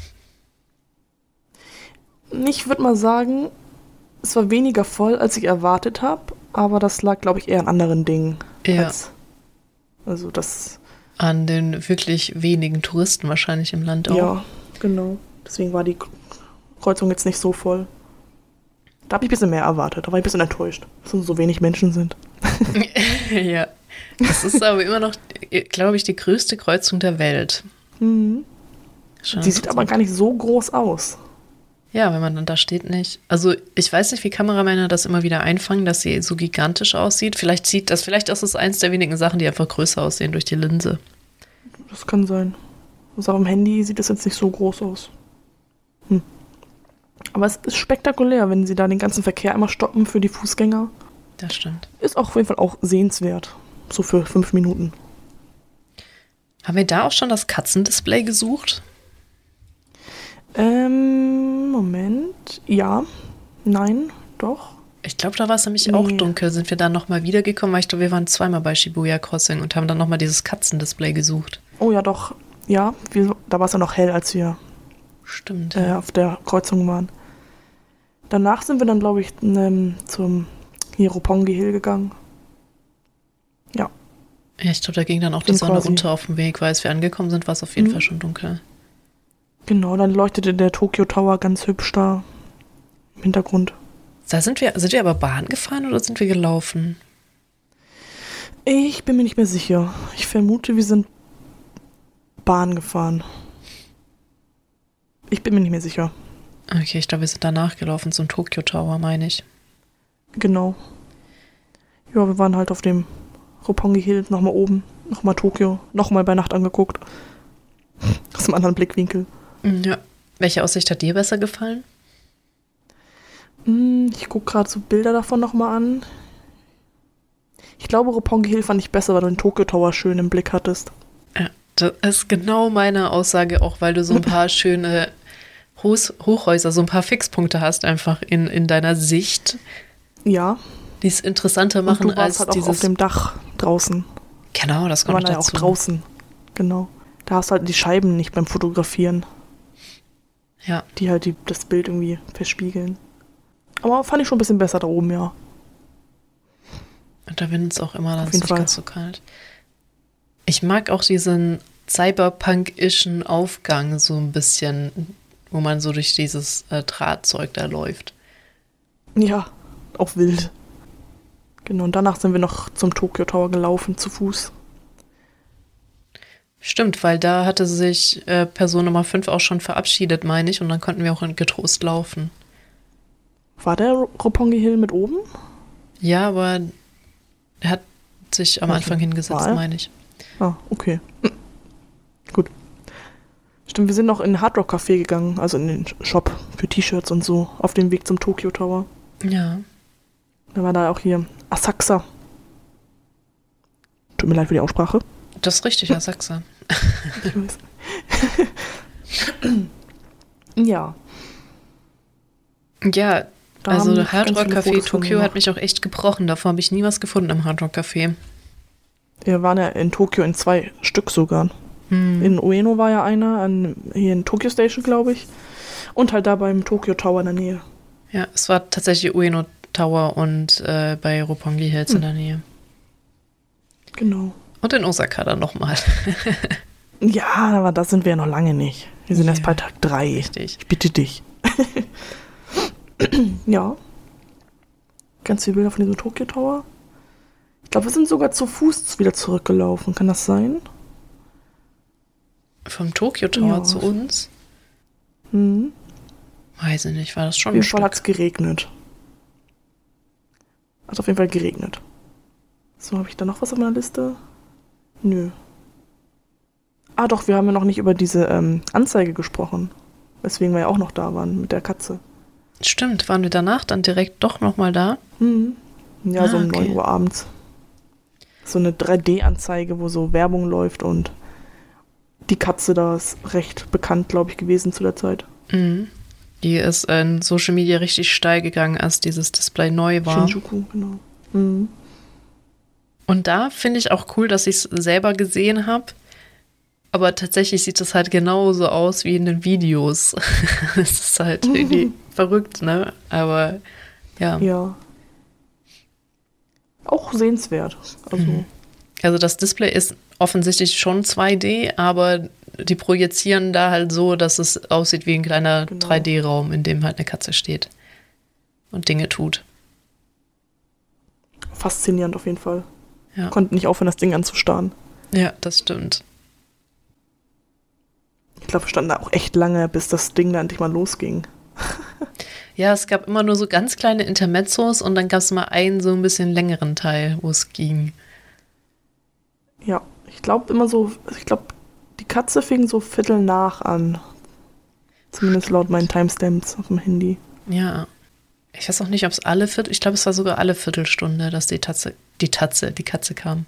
Ich würde mal sagen, es war weniger voll, als ich erwartet habe, aber das lag, glaube ich, eher an anderen Dingen. Ja. Als, also das... An den wirklich wenigen Touristen wahrscheinlich im Land auch. Ja, genau. Deswegen war die Kreuzung jetzt nicht so voll. Da habe ich ein bisschen mehr erwartet. Da war ich ein bisschen enttäuscht, dass es so wenig Menschen sind. Ja, das ist aber immer noch, glaube ich, die größte Kreuzung der Welt. Mhm. Die sieht aber gar nicht so groß aus. Ja, wenn man dann da steht, nicht. Also ich weiß nicht, wie Kameramänner das immer wieder einfangen, dass sie so gigantisch aussieht. Vielleicht sieht das, vielleicht ist es eins der wenigen Sachen, die einfach größer aussehen durch die Linse. Das kann sein. Also auf dem Handy sieht das jetzt nicht so groß aus. Hm. Aber es ist spektakulär, wenn sie da den ganzen Verkehr einmal stoppen für die Fußgänger. Das stimmt. Ist auch auf jeden Fall auch sehenswert. So für fünf Minuten. Haben wir da auch schon das Katzendisplay gesucht? Ähm, Moment. Ja. Nein. Doch. Ich glaube, da war es nämlich Nee. auch dunkel. Sind wir dann nochmal wiedergekommen? Weil ich glaube, wir waren zweimal bei Shibuya Crossing und haben dann nochmal dieses Katzendisplay gesucht. Oh ja, doch. Ja, wir, da war es ja noch hell, als wir Stimmt. äh, auf der Kreuzung waren. Danach sind wir dann, glaube ich, ähm, zum hier Roppongi Hill gegangen. Ja. Ja, ich glaube, da ging dann auch die Sind Sonne quasi- runter auf dem Weg, weil als wir angekommen sind, war es auf jeden Mhm. Fall schon dunkel. Genau, dann leuchtete der Tokyo Tower ganz hübsch da im Hintergrund. Da sind wir, sind wir aber Bahn gefahren oder sind wir gelaufen? Ich bin mir nicht mehr sicher. Ich vermute, wir sind Bahn gefahren. Ich bin mir nicht mehr sicher. Okay, ich glaube, wir sind danach gelaufen zum Tokyo Tower, meine ich. Genau. Ja, wir waren halt auf dem Roppongi Hill nochmal oben, nochmal Tokio, nochmal bei Nacht angeguckt. Aus einem anderen Blickwinkel. Ja. Welche Aussicht hat dir besser gefallen? Hm, ich gucke gerade so Bilder davon nochmal an. Ich glaube, Roppongi Hill fand ich besser, weil du den Tokyo Tower schön im Blick hattest. Ja, das ist genau meine Aussage, auch weil du so ein paar schöne Hoch- Hochhäuser, so ein paar Fixpunkte hast einfach in, in deiner Sicht, Ja, die es interessanter und machen du warst als halt auch dieses... auf dem Dach draußen. Genau, das Wir waren kommt ja auch dazu. draußen. Genau. Da hast du halt die Scheiben nicht beim Fotografieren, Ja, die halt die, das Bild irgendwie verspiegeln. Aber fand ich schon ein bisschen besser da oben, ja. und da wird es auch immer dann Auf jeden nicht Fall. ganz so kalt. Ich mag auch diesen Cyberpunk-ischen Aufgang so ein bisschen, wo man so durch dieses äh, Drahtzeug da läuft. Ja, auch wild. Genau, und danach sind wir noch zum Tokyo Tower gelaufen, zu Fuß. Stimmt, weil da hatte sich äh, Person Nummer fünf auch schon verabschiedet, meine ich, und dann konnten wir auch in getrost laufen. War der Roppongi Hill mit oben? Ja, aber er hat sich am Okay. Anfang hingesetzt, War er? meine ich. Ah, okay. Hm. Gut. Stimmt, wir sind noch in den Hard Rock Café gegangen, also in den Shop für T-Shirts und so, auf dem Weg zum Tokyo Tower. Ja. Da war da auch hier Asakusa. Tut mir leid für die Aussprache. Das ist richtig, Herr Sachse. Ich weiß. Ja. Ja, Da also haben Hard ganz Rock viele Café Fotos von Tokio mir hat mich auch echt gebrochen. Davor habe ich nie was gefunden im Hard Rock Café. Wir waren ja in Tokio in zwei Stück sogar. Hm. In Ueno war ja einer, an, hier in Tokyo Station, glaube ich. Und halt da beim Tokyo Tower in der Nähe. Ja, es war tatsächlich Ueno Tower und äh, bei Roppongi Hills Hm. in der Nähe. Genau. Und in Osaka dann nochmal. Ja, aber da sind wir ja noch lange nicht. Wir sind Ja. erst bei Tag drei. Richtig. Ich bitte dich. Ja. Ganz viele Bilder von diesem Tokyo Tower. Ich glaube, wir sind sogar zu Fuß wieder zurückgelaufen. Kann das sein? Vom Tokyo Tower Ja. zu uns? Hm. Weiß ich nicht, war das Auf schon ein jeden Fall Stück? hat es geregnet. Hat auf jeden Fall geregnet. So, habe ich da noch was auf meiner Liste? Nö. Ah doch, wir haben ja noch nicht über diese ähm, Anzeige gesprochen. Weswegen wir ja auch noch da waren mit der Katze. Stimmt, waren wir danach dann direkt doch nochmal da? Hm. Ja, Ah, so um okay. neun Uhr abends. So eine drei D-Anzeige, wo so Werbung läuft und die Katze da ist recht bekannt, glaube ich, gewesen zu der Zeit. Mhm. Die ist in Social Media richtig steil gegangen, als dieses Display neu war. Shinjuku, genau. Mhm. Und da finde ich auch cool, dass ich es selber gesehen habe. Aber tatsächlich sieht es halt genauso aus wie in den Videos. Es ist halt irgendwie verrückt, ne? Aber ja. Ja. Auch sehenswert. Also, Mhm. Also das Display ist offensichtlich schon zwei D, aber die projizieren da halt so, dass es aussieht wie ein kleiner Genau. drei D-Raum, in dem halt eine Katze steht. und Dinge tut. Faszinierend auf jeden Fall. Ja. Konnte nicht aufhören, das Ding anzustarren. Ja, das stimmt. Ich glaube, wir standen da auch echt lange, bis das Ding da endlich mal losging. Ja, es gab immer nur so ganz kleine Intermezzos und dann gab es mal einen so ein bisschen längeren Teil, wo es ging. Ja, ich glaube immer so, ich glaube, die Katze fing so Viertel nach an. Zumindest laut meinen Timestamps auf dem Handy. Ja. Ich weiß auch nicht, ob es alle Viertel, ich glaube, es war sogar alle Viertelstunde, dass die Tatze, die Tatze, die Katze kam.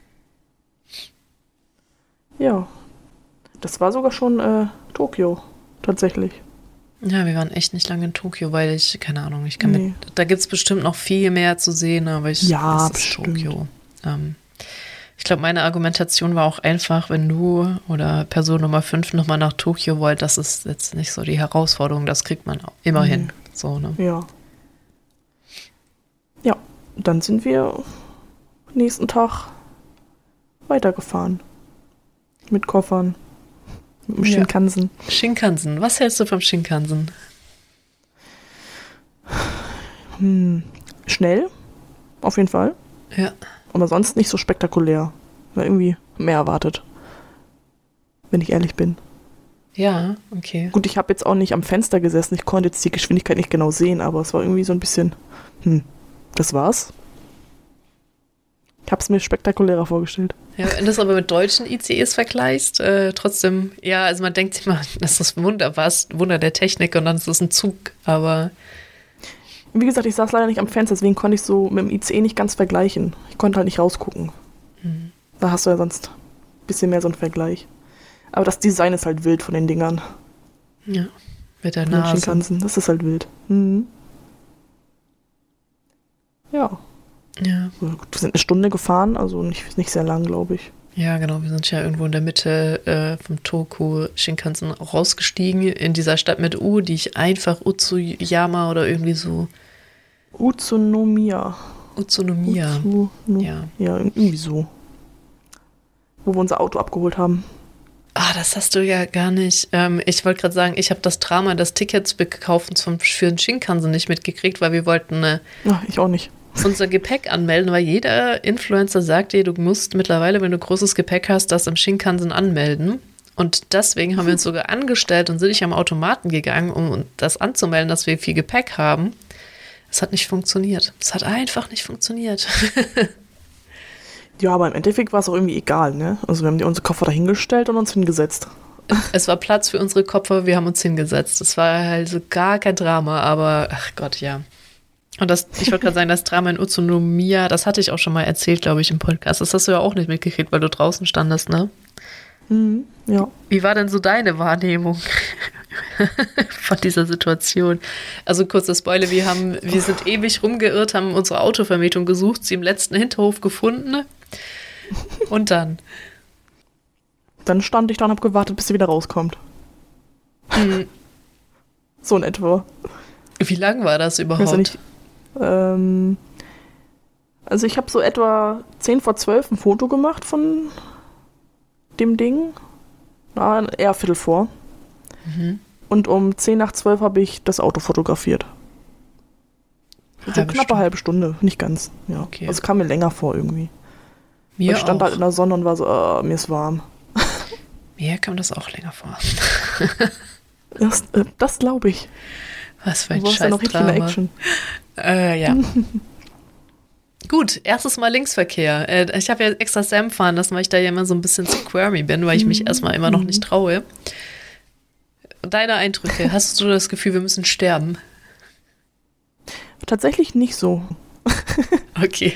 Ja. Das war sogar schon äh, Tokio, tatsächlich. Ja, wir waren echt nicht lange in Tokio, weil ich, keine Ahnung, ich kann Nee. mit, da gibt es bestimmt noch viel mehr zu sehen, aber ich, Ja, es ist bestimmt. Tokio. Ähm, ich glaube, meine Argumentation war auch einfach, wenn du oder Person Nummer fünf nochmal nach Tokio wollt, das ist jetzt nicht so die Herausforderung, das kriegt man auch immer hin. Mhm. So, ne? Ja. Ja, dann sind wir nächsten Tag weitergefahren. Mit Koffern. Mit dem Ja. Shinkansen. Shinkansen, was hältst du vom Shinkansen? Hm. Schnell, auf jeden Fall. Ja. Aber sonst nicht so spektakulär. War irgendwie mehr erwartet. Wenn ich ehrlich bin. Ja, okay. Gut, ich habe jetzt auch nicht am Fenster gesessen. Ich konnte jetzt die Geschwindigkeit nicht genau sehen, aber es war irgendwie so ein bisschen, hm, das war's. Ich habe es mir spektakulärer vorgestellt. Ja, wenn du das aber mit deutschen I C Es vergleichst, äh, trotzdem, ja, also man denkt sich immer, das ist das Wunder, was, Wunder der Technik und dann ist das ein Zug, aber Wie gesagt, ich saß leider nicht am Fenster, deswegen konnte ich so mit dem I C E nicht ganz vergleichen. Ich konnte halt nicht rausgucken. hm. Da hast du ja sonst ein bisschen mehr so einen Vergleich. Aber das Design ist halt wild von den Dingern. Ja, mit der Von den Nase. Shinkansen, das ist halt wild. Mhm. Ja. Ja. Gut, wir sind eine Stunde gefahren, also nicht, nicht sehr lang, glaube ich. Ja, genau, wir sind ja irgendwo in der Mitte äh, vom Toku Shinkansen rausgestiegen, in dieser Stadt mit U, die ich einfach Utsuyama oder irgendwie so, Utsunomiya. Utsunomiya. Utsu, no, Ja. ja, irgendwie so. Wo wir unser Auto abgeholt haben. Ah, das hast du ja gar nicht. Ähm, ich wollte gerade sagen, ich habe das Drama des Tickets gekauft zum, für den Shinkansen nicht mitgekriegt, weil wir wollten äh, Ach, ich auch nicht. unser Gepäck anmelden, weil jeder Influencer sagt dir, du musst mittlerweile, wenn du großes Gepäck hast, das im Shinkansen anmelden. Und deswegen haben wir uns sogar angestellt und sind nicht am Automaten gegangen, um das anzumelden, dass wir viel Gepäck haben. Es hat nicht funktioniert. Es hat einfach nicht funktioniert. Ja, aber im Endeffekt war es auch irgendwie egal, ne? Also wir haben die unsere Koffer dahingestellt und uns hingesetzt. Es war Platz für unsere Koffer, wir haben uns hingesetzt. Es war halt so gar kein Drama, aber ach Gott, ja. Und das, ich wollte gerade sagen, das Drama in Utsunomiya, das hatte ich auch schon mal erzählt, glaube ich, im Podcast. Das hast du ja auch nicht mitgekriegt, weil du draußen standest, ne? Mhm, ja. Wie war denn so deine Wahrnehmung von dieser Situation? Also kurzer Spoiler, wir haben, wir sind ewig rumgeirrt, haben unsere Autovermietung gesucht, sie im letzten Hinterhof gefunden. Und dann? Dann stand ich da und hab gewartet, bis sie wieder rauskommt. Hm, So in etwa. wie lang war das Ich weiß überhaupt? ja nicht. Ähm, also ich habe so etwa zehn vor zwölf ein Foto gemacht von dem Ding. Na, eher Viertel vor. Mhm. Und um zehn nach zwölf habe ich das Auto fotografiert. So Halbe knappe Stunde. halbe Stunde, nicht ganz. Ja. Okay. Also es kam mir länger vor irgendwie. Mir ich stand auch. halt in der Sonne und war so, äh, mir ist warm. Mir kam das auch länger vor. Das, äh, das glaube ich. Was für Du ein warst ja noch richtig in der Scheiß-Drama. Action. Äh, ja. Gut, erstes Mal Linksverkehr. Äh, ich habe ja extra Sam fahren lassen, weil ich da ja immer so ein bisschen squirmy bin, weil ich mich erstmal immer noch nicht traue. Deine Eindrücke, hast du das Gefühl, wir müssen sterben? Tatsächlich nicht so. Okay.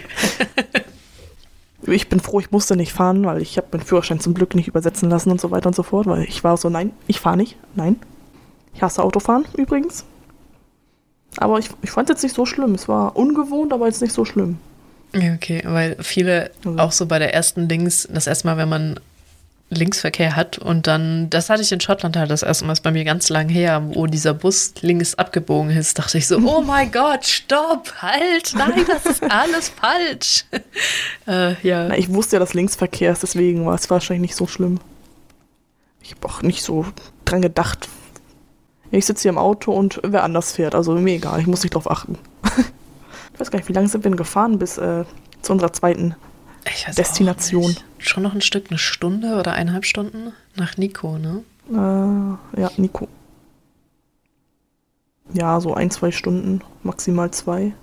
Ich bin froh, ich musste nicht fahren, weil ich habe meinen Führerschein zum Glück nicht übersetzen lassen und so weiter und so fort, weil ich war so, nein, ich fahre nicht, nein. Ich hasse Autofahren übrigens. Aber ich, ich fand es jetzt nicht so schlimm. Es war ungewohnt, aber jetzt nicht so schlimm. Ja, okay, weil viele Also. auch so bei der ersten Links, das erste Mal, wenn man Linksverkehr hat und dann, das hatte ich in Schottland halt das erste Mal, ist bei mir ganz lang her, wo dieser Bus links abgebogen ist, dachte ich so, oh mein Gott, stopp, halt, nein, das ist alles falsch. äh, ja. Na, ich wusste ja, dass Linksverkehr ist, deswegen war es wahrscheinlich nicht so schlimm. Ich habe auch nicht so dran gedacht. Ich sitze hier im Auto und wer anders fährt, also mir egal, ich muss nicht drauf achten. weiß gar nicht, wie lange sind wir denn gefahren bis äh, zu unserer zweiten Ich weiß Destination? Auch nicht. Schon noch ein Stück, eine Stunde oder eineinhalb Stunden nach Nico, ne? Äh, ja, Nico. Ja, so ein, zwei Stunden, maximal zwei.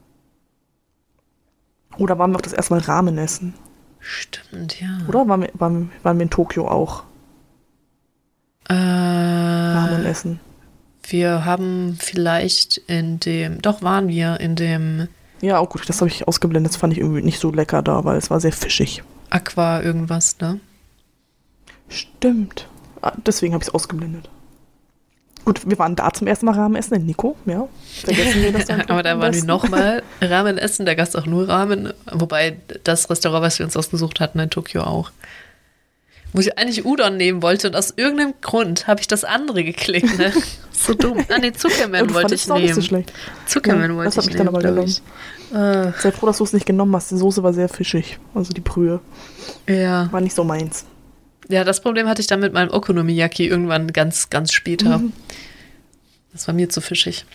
Oder waren wir auch das erste Mal Ramen essen? Stimmt, ja. Oder waren wir, waren, waren wir in Tokio auch Äh, Ramen essen? Wir haben vielleicht in dem, doch waren wir in dem Ja, auch gut, das habe ich ausgeblendet. Das fand ich irgendwie nicht so lecker da, weil es war sehr fischig. Aqua irgendwas, ne? Stimmt. Ah, deswegen habe ich es ausgeblendet. Gut, wir waren da zum ersten Mal Ramen essen in Nico, ja. Vergessen wir das dann. Aber da am waren wir besten. nochmal Ramen essen, da gab es auch nur Ramen, wobei das Restaurant, was wir uns ausgesucht hatten in Tokio auch. Wo ich eigentlich Udon nehmen wollte und aus irgendeinem Grund habe ich das andere geklickt, ne? So dumm. Ah, nee, Zuckerman Ja, wollte ich auch nicht so nehmen. schlecht. Zuckerman Ja, wollte das hab ich ich dann nehmen, aber glaub genommen. ich. Äh, Sei froh, dass du es nicht genommen hast. Die Soße war sehr fischig. Also die Brühe. ja. War nicht so meins. Ja, das Problem hatte ich dann mit meinem Okonomiyaki irgendwann ganz, ganz später. Mhm. Das war mir zu fischig.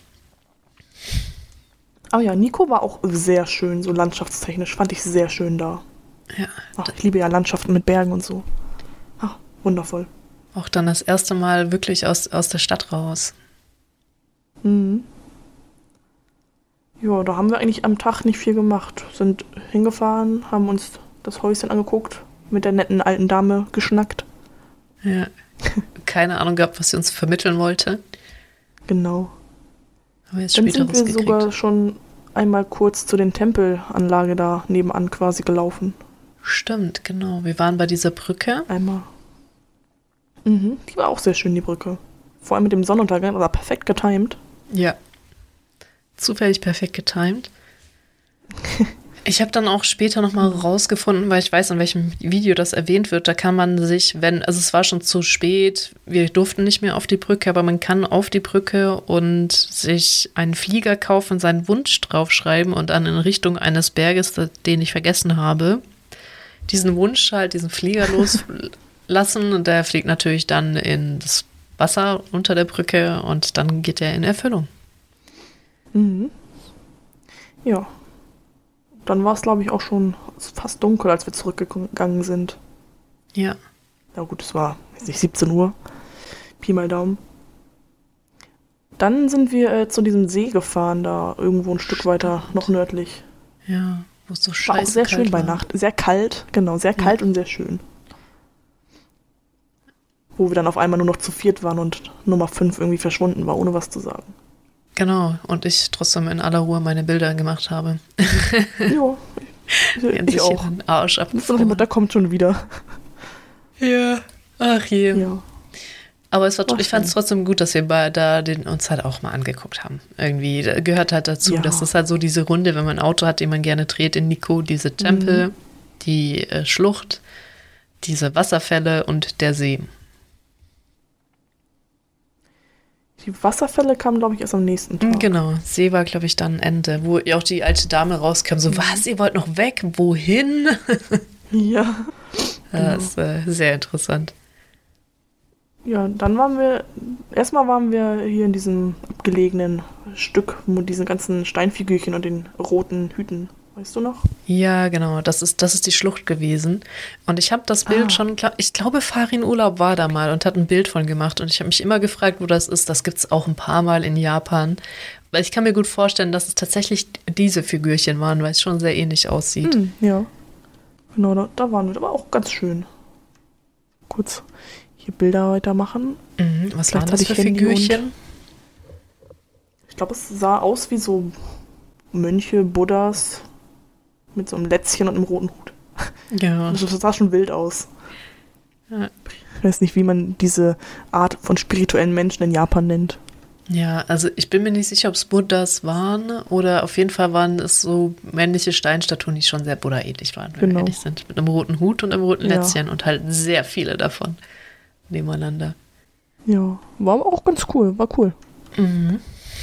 Aber ja, Nico war auch sehr schön, so landschaftstechnisch. Fand ich sehr schön da. Ja. Ach, ich liebe ja Landschaften mit Bergen und so. Ach, wundervoll. Auch dann das erste Mal wirklich aus, aus der Stadt raus. Mhm. Ja, da haben wir eigentlich am Tag nicht viel gemacht. Sind hingefahren, haben uns das Häuschen angeguckt, mit der netten alten Dame geschnackt. Ja. Keine Ahnung gehabt, was sie uns vermitteln wollte. Genau. Aber jetzt Dann später sind wir rausgekriegt. sogar schon einmal kurz zu den Tempelanlage da nebenan quasi gelaufen. Stimmt, genau. Wir waren bei dieser Brücke. Einmal. Mhm, die war auch sehr schön, die Brücke. Vor allem mit dem Sonnenuntergang, aber perfekt getimed. Ja. Zufällig perfekt getimed. Ich habe dann auch später nochmal rausgefunden, weil ich weiß, in welchem Video das erwähnt wird, da kann man sich, wenn, also es war schon zu spät, wir durften nicht mehr auf die Brücke, aber man kann auf die Brücke und sich einen Flieger kaufen, seinen Wunsch draufschreiben und dann in Richtung eines Berges, den ich vergessen habe, diesen Wunsch halt, diesen Flieger loslassen und der fliegt natürlich dann in das Wasser unter der Brücke und dann geht er in Erfüllung. Mhm. Ja. Dann war es, glaube ich, auch schon fast dunkel, als wir zurückgegangen sind. Ja. Ja gut, es war, weiß nicht, siebzehn Uhr. Pi mal Daumen. Dann sind wir äh, zu diesem See gefahren, da irgendwo ein Stück weiter, noch nördlich. Ja, wo es so War scheiße auch sehr kalt schön bei war. Nacht. Sehr kalt, genau, sehr kalt Ja. und sehr schön. Wo wir dann auf einmal nur noch zu viert waren und Nummer fünf irgendwie verschwunden war, ohne was zu sagen. Genau, und ich trotzdem in aller Ruhe meine Bilder gemacht habe. Ja, ich, Während ich sich auch. den Arsch So nach dem abgefroren. Motto, der kommt schon wieder. Ja, ach je. Ja. Aber es war, War ich fand es schön. trotzdem gut, dass wir bei, da den, uns halt auch mal angeguckt haben. Irgendwie da gehört halt dazu, Ja. dass das halt so diese Runde, wenn man ein Auto hat, den man gerne dreht in Nico, diese Tempel, Mhm. die äh, Schlucht, diese Wasserfälle und der See. Die Wasserfälle kamen, glaube ich, erst am nächsten Tag. Genau, See war, glaube ich, dann Ende, wo auch die alte Dame rauskam, so, was, ihr wollt noch weg? Wohin? Ja. Das ist äh, sehr interessant. Ja, dann waren wir, erstmal waren wir hier in diesem abgelegenen Stück mit diesen ganzen Steinfigürchen und den roten Hüten. Weißt du noch? Ja, genau, das ist, das ist die Schlucht gewesen. Und ich habe das Bild Ah. schon, glaub- ich glaube, Farin Urlaub war da mal und hat ein Bild von gemacht. Und ich habe mich immer gefragt, wo das ist. Das gibt es auch ein paar Mal in Japan. Weil ich kann mir gut vorstellen, dass es tatsächlich diese Figürchen waren, weil es schon sehr ähnlich aussieht. Hm, ja. Genau, da, da waren wir. Aber auch ganz schön. Kurz hier Bilder weitermachen. Mhm, was waren das Gleichzeitig für Handy und- Figürchen? Ich glaube, es sah aus wie so Mönche, Buddhas mit so einem Lätzchen und einem roten Hut. Ja, Also das sah schon wild aus. Ja. Ich weiß nicht, wie man diese Art von spirituellen Menschen in Japan nennt. ja, also ich bin mir nicht sicher, ob es Buddhas waren oder auf jeden Fall waren es so männliche Steinstatuen, die schon sehr Buddha-ähnlich waren, wenn wir Genau. ehrlich sind. Mit einem roten Hut und einem roten Ja. Lätzchen und halt sehr viele davon nebeneinander. Ja, war aber auch ganz cool, war cool. Mhm.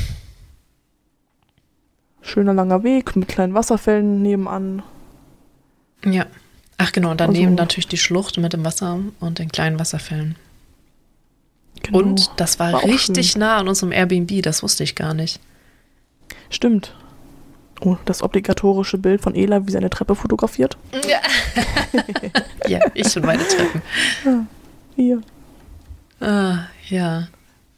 Schöner langer Weg mit kleinen Wasserfällen nebenan. Ja. Ach genau, und daneben Also- natürlich die Schlucht mit dem Wasser und den kleinen Wasserfällen. Genau. Und das war, War auch richtig schön. nah an unserem Airbnb, das wusste ich gar nicht. Stimmt. Oh, das obligatorische Bild von Ela, wie sie eine Treppe fotografiert. Ja, ja ich und meine Treppen. Ja, hier. Ah, ja.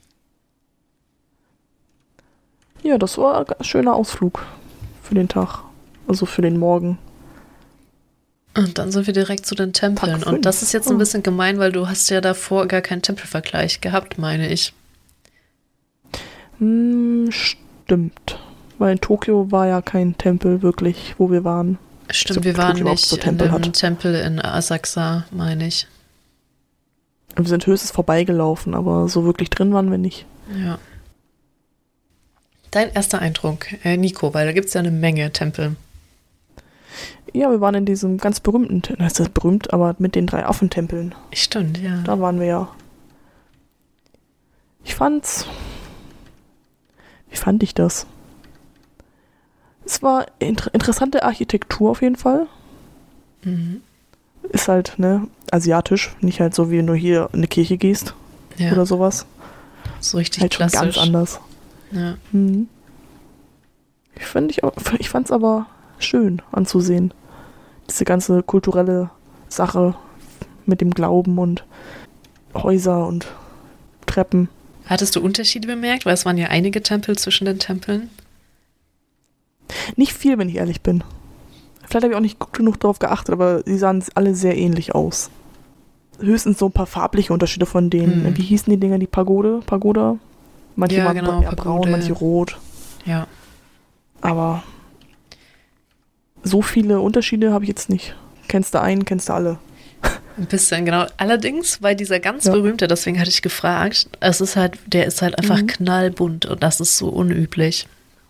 Ja, das war ein schöner Ausflug für den Tag. Also für den Morgen. Und dann sind wir direkt zu den Tempeln. Und das ist jetzt ein bisschen gemein, weil du hast ja davor gar keinen Tempelvergleich gehabt, meine ich. Hm, stimmt. Weil in Tokio war ja kein Tempel wirklich, wo wir waren. Stimmt, wir waren nicht so in dem hat. Tempel in Asakusa, meine ich. Wir sind höchstens vorbeigelaufen, aber so wirklich drin waren wir nicht. Ja. Dein erster Eindruck, äh, Nico, weil da gibt es ja eine Menge Tempel. Ja, wir waren in diesem ganz berühmten, das ist berühmt, aber mit den drei Affentempeln. Stimmt, ja. Da waren wir ja. Ich fand's. Wie fand ich das? Es war inter- interessante Architektur auf jeden Fall. Mhm. Ist halt, ne, asiatisch, nicht halt so, wie wenn du hier in eine Kirche gehst Ja. oder sowas. So richtig halt klassisch. Schon ganz anders. Ja. Mhm. Ich fand ich, auch, ich fand's aber schön anzusehen. Diese ganze kulturelle Sache mit dem Glauben und Häuser und Treppen. Hattest du Unterschiede bemerkt? Weil es waren ja einige Tempel zwischen den Tempeln. Nicht viel, wenn ich ehrlich bin. Vielleicht habe ich auch nicht gut genug darauf geachtet, aber sie sahen alle sehr ähnlich aus. Höchstens so ein paar farbliche Unterschiede von denen. Hm. Wie hießen die Dinger? Die Pagode? Pagoda? Manche ja, waren genau, eher braun, manche rot. Ja. Aber so viele Unterschiede habe ich jetzt nicht. Kennst du einen, kennst du alle. Ein bisschen, genau. Allerdings, weil dieser ganz ja. berühmte, deswegen hatte ich gefragt, es ist halt, der ist halt einfach mhm. knallbunt und das ist so unüblich.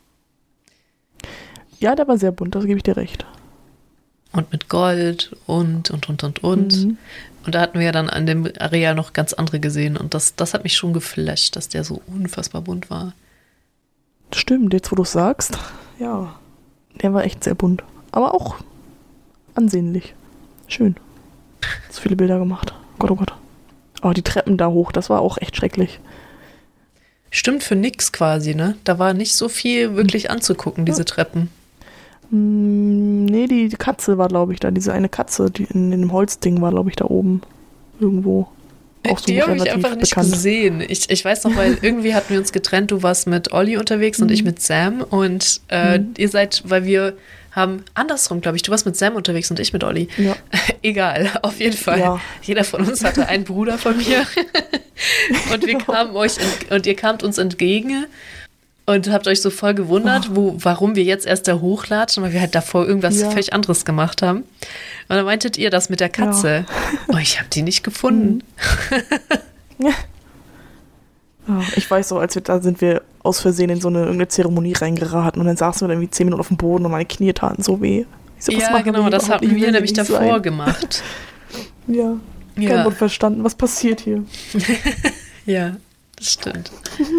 Ja, der war sehr bunt, das gebe ich dir recht. Und mit Gold und, und, und, und, und. Mhm. Und da hatten wir ja dann an dem Areal noch ganz andere gesehen und das, das hat mich schon geflasht, dass der so unfassbar bunt war. Stimmt, jetzt wo du es sagst, ja, der war echt sehr bunt. Aber auch ansehnlich. Schön. So viele Bilder gemacht. Gott, oh Gott. Aber die Treppen da hoch, das war auch echt schrecklich. Stimmt für nix quasi, ne? Da war nicht so viel wirklich anzugucken, diese ja. Treppen. Mm, nee, die Katze war, glaube ich, da. Diese eine Katze, die in, in dem Holzding war, glaube ich, da oben. Irgendwo. Auch so die habe ich einfach nicht bekannt. gesehen. Ich, ich weiß noch, weil irgendwie hatten wir uns getrennt. Du warst mit Olli unterwegs mhm. und ich mit Sam. Und äh, mhm. ihr seid, weil wir haben, andersrum, glaube ich, du warst mit Sam unterwegs und ich mit Olli. Ja. Egal, auf jeden Fall. Ja. Jeder von uns hatte einen Bruder von mir. Und wir kamen euch ent- und ihr kamt uns entgegen und habt euch so voll gewundert, oh. wo, warum wir jetzt erst da hochlatschen, weil wir halt davor irgendwas ja. völlig anderes gemacht haben. Und dann meintet ihr das mit der Katze. Ja. Oh, ich habe die nicht gefunden. Mhm. Ja. Oh, ich weiß so, als wir da sind, wir aus Versehen in so eine irgendeine Zeremonie reingeraten und dann saßen wir dann irgendwie zehn Minuten auf dem Boden und meine Knie taten so weh. So, ja, genau, das hatten wir nämlich davor sein. gemacht. Ja, kein ja. Wort verstanden, was passiert hier. Ja, das stimmt.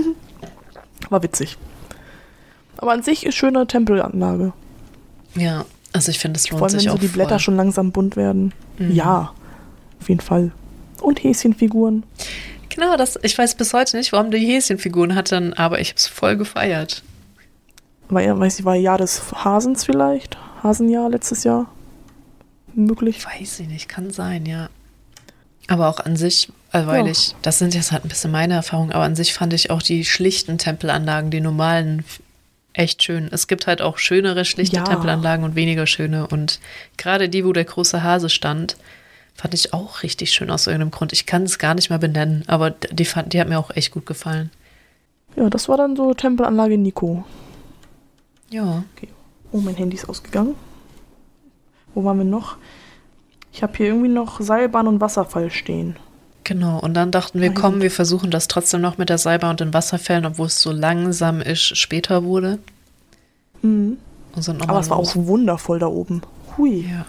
War witzig. Aber an sich ist schöne Tempelanlage. Ja, also ich finde, es lohnt Vor allem, sich wenn auch so die Blätter voll. schon langsam bunt werden. Mhm. Ja, auf jeden Fall. Und Häschenfiguren. Genau, das, ich weiß bis heute nicht, warum die Häschenfiguren hatten, aber ich habe es voll gefeiert. War ja, weiß ich, war Jahr des Hasens vielleicht? Hasenjahr letztes Jahr? Möglich? Weiß ich nicht, kann sein, ja. Aber auch an sich, äh, weil ja. ich, das sind jetzt halt ein bisschen meine Erfahrungen, aber an sich fand ich auch die schlichten Tempelanlagen, die normalen, echt schön. Es gibt halt auch schönere, schlichte ja. Tempelanlagen und weniger schöne. Und gerade die, wo der große Hase stand, fand ich auch richtig schön aus irgendeinem Grund. Ich kann es gar nicht mehr benennen, aber die, fand, die hat mir auch echt gut gefallen. Ja, das war dann so Tempelanlage Nico. Ja. Okay. Oh, mein Handy ist ausgegangen. Wo waren wir noch? Ich habe hier irgendwie noch Seilbahn und Wasserfall stehen. Genau, und dann dachten wir, komm, wir versuchen das trotzdem noch mit der Seilbahn und den Wasserfällen, obwohl es so langsam ist, später wurde. Mhm. Und sind noch Aber mal es war los. auch wundervoll da oben. Hui. Ja.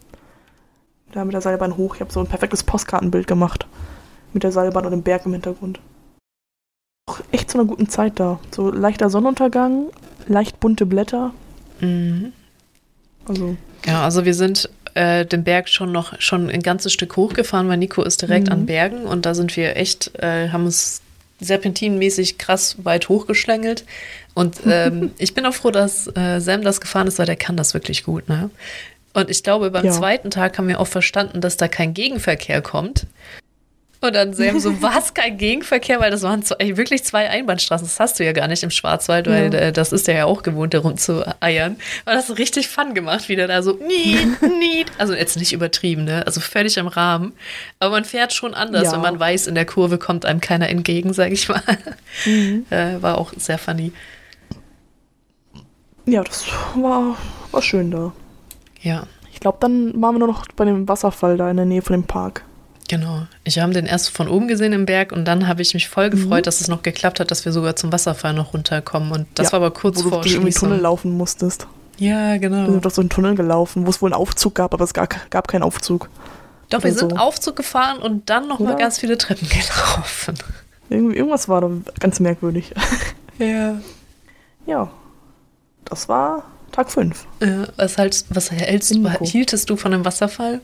Da mit der Seilbahn hoch. Ich habe so ein perfektes Postkartenbild gemacht. Mit der Seilbahn und dem Berg im Hintergrund. Auch echt zu einer guten Zeit da. So leichter Sonnenuntergang, leicht bunte Blätter. Mhm. Also. Genau, also wir sind äh, den Berg schon noch schon ein ganzes Stück hochgefahren, weil Nico ist direkt mhm. an Bergen und da sind wir echt, äh, haben uns serpentinenmäßig krass weit hochgeschlängelt Und ähm, ich bin auch froh, dass äh, Sam das gefahren ist, weil der kann das wirklich gut, ne? Und ich glaube, beim Ja. zweiten Tag haben wir auch verstanden, dass da kein Gegenverkehr kommt. Und dann Sam so, was, kein Gegenverkehr? Weil das waren so, ey, wirklich zwei Einbahnstraßen. Das hast du ja gar nicht im Schwarzwald, weil Ja. äh, das ist der ja auch gewohnt, da rumzueiern. Aber das ist richtig fun gemacht, wie der da so, niet, niet. Also jetzt nicht übertrieben, ne? Also völlig im Rahmen. Aber man fährt schon anders, Ja. wenn man weiß, in der Kurve kommt einem keiner entgegen, sag ich mal. Mhm. Äh, war auch sehr funny. Ja, das war, war schön da. Ja, Ich glaube, dann waren wir nur noch bei dem Wasserfall da in der Nähe von dem Park. genau. Ich habe den erst von oben gesehen im Berg und dann habe ich mich voll gefreut, Mhm. dass es noch geklappt hat, dass wir sogar zum Wasserfall noch runterkommen. Und das Ja, war aber kurz wo du vor durch irgendwie Schließung. Tunnel laufen musstest. Ja, Wir genau. sind durch so einen Tunnel gelaufen, wo es wohl einen Aufzug gab, aber es gab, gab keinen Aufzug. Doch, wir oder sind so. Aufzug gefahren und dann noch mal Oder? ganz viele Treppen gelaufen. Irgendwie, irgendwas war da ganz merkwürdig. Ja. Ja, das war Tag fünf. Äh, was, halt, was hältst, In Nico. hieltest du von dem Wasserfall?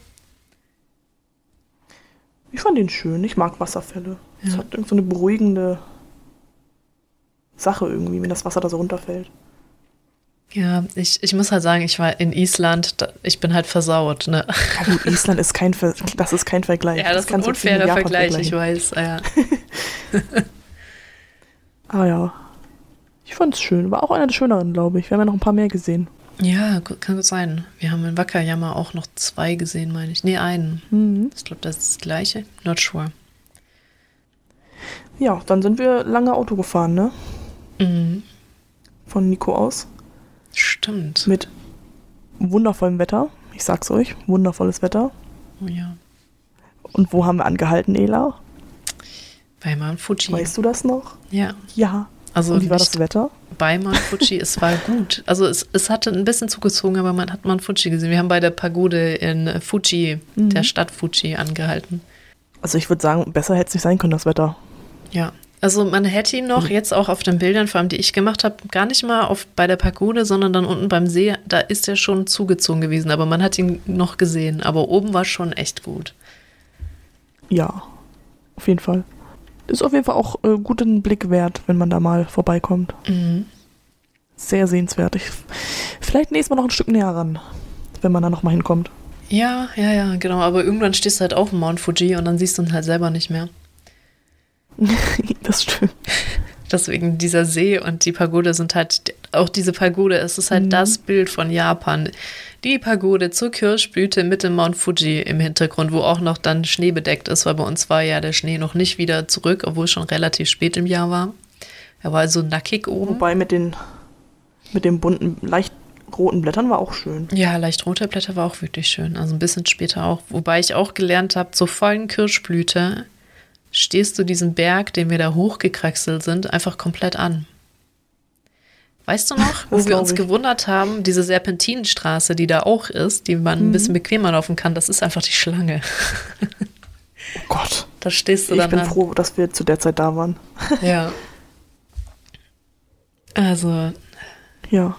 Ich fand den schön. Ich mag Wasserfälle. Es Ja. hat irgend so eine beruhigende Sache irgendwie, wenn das Wasser da so runterfällt. Ja, ich, ich muss halt sagen, ich war in Island, da, ich bin halt versaut. Ne? Ja gut, Island ist kein Ver das ist kein Vergleich. Ja, das, ist ein kannst du unfairer mit Japan Vergleich, ich vergleichen. weiß. Ja. Ah ja. Ich fand's schön. War auch einer der schöneren, glaube ich. Wir haben ja noch ein paar mehr gesehen. Ja, gu- kann gut sein. Wir haben in Wakayama auch noch zwei gesehen, meine ich. Nee, einen. Mhm. Ich glaube, das ist das gleiche. Not sure. Ja, dann sind wir lange Auto gefahren, ne? Mhm. Von Nico aus. Stimmt. Mit wundervollem Wetter. Ich sag's euch, wundervolles Wetter. Oh ja. Und wo haben wir angehalten, Ela? Bei Mount Fuji. Weißt du das noch? Ja. Ja. Also Und wie war nicht das Wetter? bei Mount Fuji, es war gut. Also es, es hatte ein bisschen zugezogen, aber man hat Mount Fuji gesehen. Wir haben bei der Pagode in Fuji, Mhm. der Stadt Fuji, angehalten. Also ich würde sagen, besser hätte es nicht sein können, das Wetter. Ja. Also man hätte ihn noch jetzt auch auf den Bildern, vor allem die ich gemacht habe, gar nicht mal auf, bei der Pagode, sondern dann unten beim See, da ist er schon zugezogen gewesen, aber man hat ihn noch gesehen. Aber oben war schon echt gut. Ja, auf jeden Fall. Ist auf jeden Fall auch äh, guten Blick wert, wenn man da mal vorbeikommt. Mhm. Sehr sehenswert. Ich, vielleicht nächstes Mal noch ein Stück näher ran, wenn man da noch mal hinkommt. Ja, ja, ja, genau. Aber irgendwann stehst du halt auf dem Mount Fuji und dann siehst du ihn halt selber nicht mehr. Das stimmt. Deswegen dieser See und die Pagode sind halt, auch diese Pagode, es ist halt Mhm. das Bild von Japan. Die Pagode zur Kirschblüte mit dem Mount Fuji im Hintergrund, wo auch noch dann Schnee bedeckt ist, weil bei uns war ja der Schnee noch nicht wieder zurück, obwohl es schon relativ spät im Jahr war. Er war also nackig oben. Wobei mit den, mit den bunten, leicht roten Blättern war auch schön. Ja, leicht rote Blätter war auch wirklich schön. Also ein bisschen später auch. Wobei ich auch gelernt habe, zur vollen Kirschblüte stehst du diesen Berg, den wir da hochgekraxelt sind, einfach komplett an. Weißt du noch, wo Das wir glaub uns ich. gewundert haben, diese Serpentinenstraße, die da auch ist, die man ein bisschen bequemer laufen kann, das ist einfach die Schlange. Oh Gott. Da stehst du Ich dann bin an. froh, dass wir zu der Zeit da waren. Ja. Also, Ja.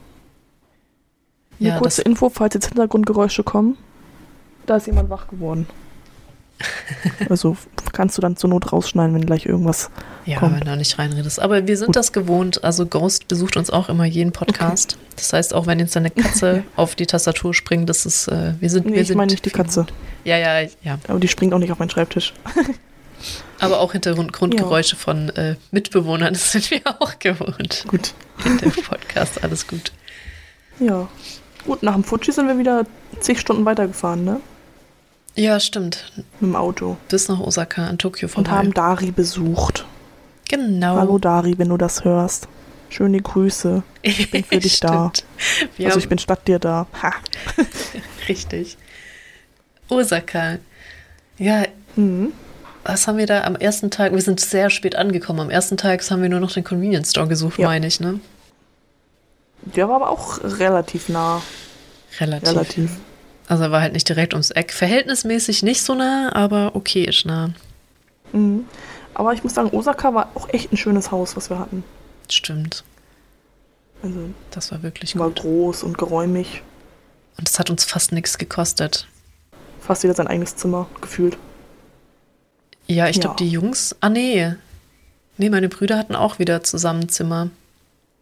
Eine ja, das, kurze Info, falls jetzt Hintergrundgeräusche kommen. Da ist jemand wach geworden. Also kannst du dann zur Not rausschneiden, wenn gleich irgendwas ja, kommt. wenn du da nicht reinredest. Aber wir sind Gut. das gewohnt. Also Ghost besucht uns auch immer jeden Podcast. Das heißt, auch wenn jetzt eine Katze auf die Tastatur springt, das ist, äh, wir sind, Nee, wir ich sind. meine nicht die Katze. Ja, ja, ja. Aber die springt auch nicht auf meinen Schreibtisch. Aber auch Hintergrundgeräusche von äh, Mitbewohnern, das sind wir auch gewohnt. Gut. In dem Podcast, alles gut. Ja. Gut, nach dem Fuji sind wir wieder zig Stunden weitergefahren, ne? Ja, stimmt. Mit dem Auto. Bis nach Osaka, an Tokio Und vorbei. haben Dari besucht. Genau. Hallo Dari, wenn du das hörst. Schöne Grüße. Ich bin für dich da. Stimmt. Wir Also haben, ich bin statt dir da. Ha. richtig. Osaka. Ja, Mhm. was haben wir da am ersten Tag? Wir sind sehr spät angekommen. Am ersten Tag haben wir nur noch den Convenience Store gesucht, Ja. meine ich, ne? Der war aber auch relativ nah. Relativ. Relativ. Also er war halt nicht direkt ums Eck. Verhältnismäßig nicht so nah, aber okayisch nah. Mhm. Aber ich muss sagen, Osaka war auch echt ein schönes Haus, was wir hatten. Stimmt. Also Das war wirklich war gut. groß und geräumig. Und es hat uns fast nichts gekostet. Fast jeder sein eigenes Zimmer gefühlt. Ja, ich Ja. glaube, die Jungs. Ah, nee. Nee, meine Brüder hatten auch wieder zusammen Zimmer.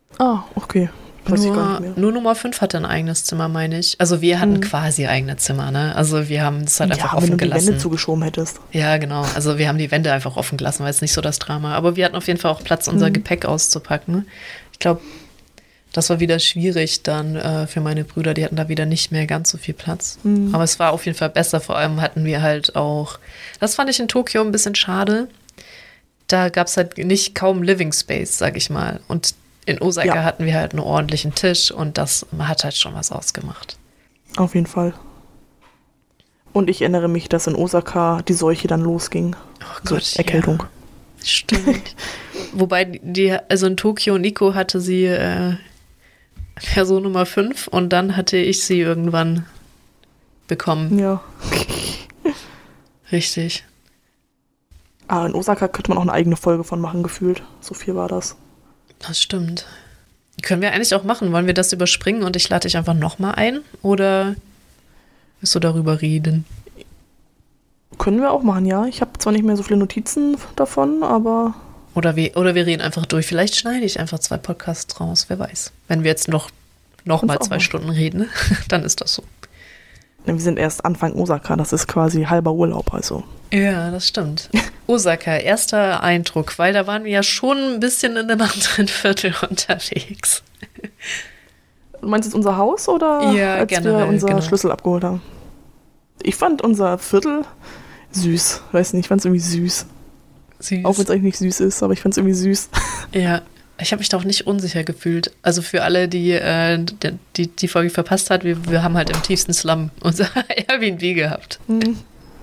Ah, okay. Weiß ich gar Nur, nicht mehr. nur Nummer fünf hatte ein eigenes Zimmer, meine ich. Also wir hatten Mhm. quasi eigene Zimmer, ne? Also wir haben es halt einfach Ja, wenn offen du die gelassen. Wände zugeschoben hättest. Ja, genau. Also wir haben die Wände einfach offen gelassen, weil es nicht so das Drama. Aber wir hatten auf jeden Fall auch Platz, unser Mhm. Gepäck auszupacken. Ich glaube, das war wieder schwierig dann äh, für meine Brüder. Die hatten da wieder nicht mehr ganz so viel Platz. Mhm. Aber es war auf jeden Fall besser. Vor allem hatten wir halt auch, das fand ich in Tokio ein bisschen schade. Da gab es halt nicht kaum Living Space, sag ich mal. Und in Osaka Ja. hatten wir halt einen ordentlichen Tisch und das hat halt schon was ausgemacht. Auf jeden Fall. Und ich erinnere mich, dass in Osaka die Seuche dann losging. Oh So, Gott, Erkältung. Ja. Stimmt. Wobei die, also in Tokio, Nico hatte sie äh, Person Nummer fünf und dann hatte ich sie irgendwann bekommen. Ja. Richtig. Ah, in Osaka könnte man auch eine eigene Folge von machen, gefühlt. So viel war das. Das stimmt. Können wir eigentlich auch machen. Wollen wir das überspringen und ich lade dich einfach nochmal ein? Oder willst du darüber reden? Können wir auch machen, ja. Ich habe zwar nicht mehr so viele Notizen davon, aber Oder wir, oder wir reden einfach durch. Vielleicht schneide ich einfach zwei Podcasts raus, wer weiß. Wenn wir jetzt noch, noch mal Kannst du auch zwei machen. Stunden reden, dann ist das so. wir sind erst Anfang Osaka. Das ist quasi halber Urlaub, also. Ja, das stimmt. Osaka, erster Eindruck, weil da waren wir ja schon ein bisschen in einem anderen Viertel unterwegs. Du meinst jetzt unser Haus oder Ja, als generell, wir unser genau. Schlüssel abgeholt haben? Ich fand unser Viertel süß. Weiß nicht, ich fand es irgendwie süß. Süß. Auch wenn es eigentlich nicht süß ist, aber ich fand es irgendwie süß. Ja, ich habe mich da auch nicht unsicher gefühlt. Also für alle, die äh, die, die Folge verpasst hat, wir, wir haben halt im tiefsten Slum unser Airbnb gehabt. Hm.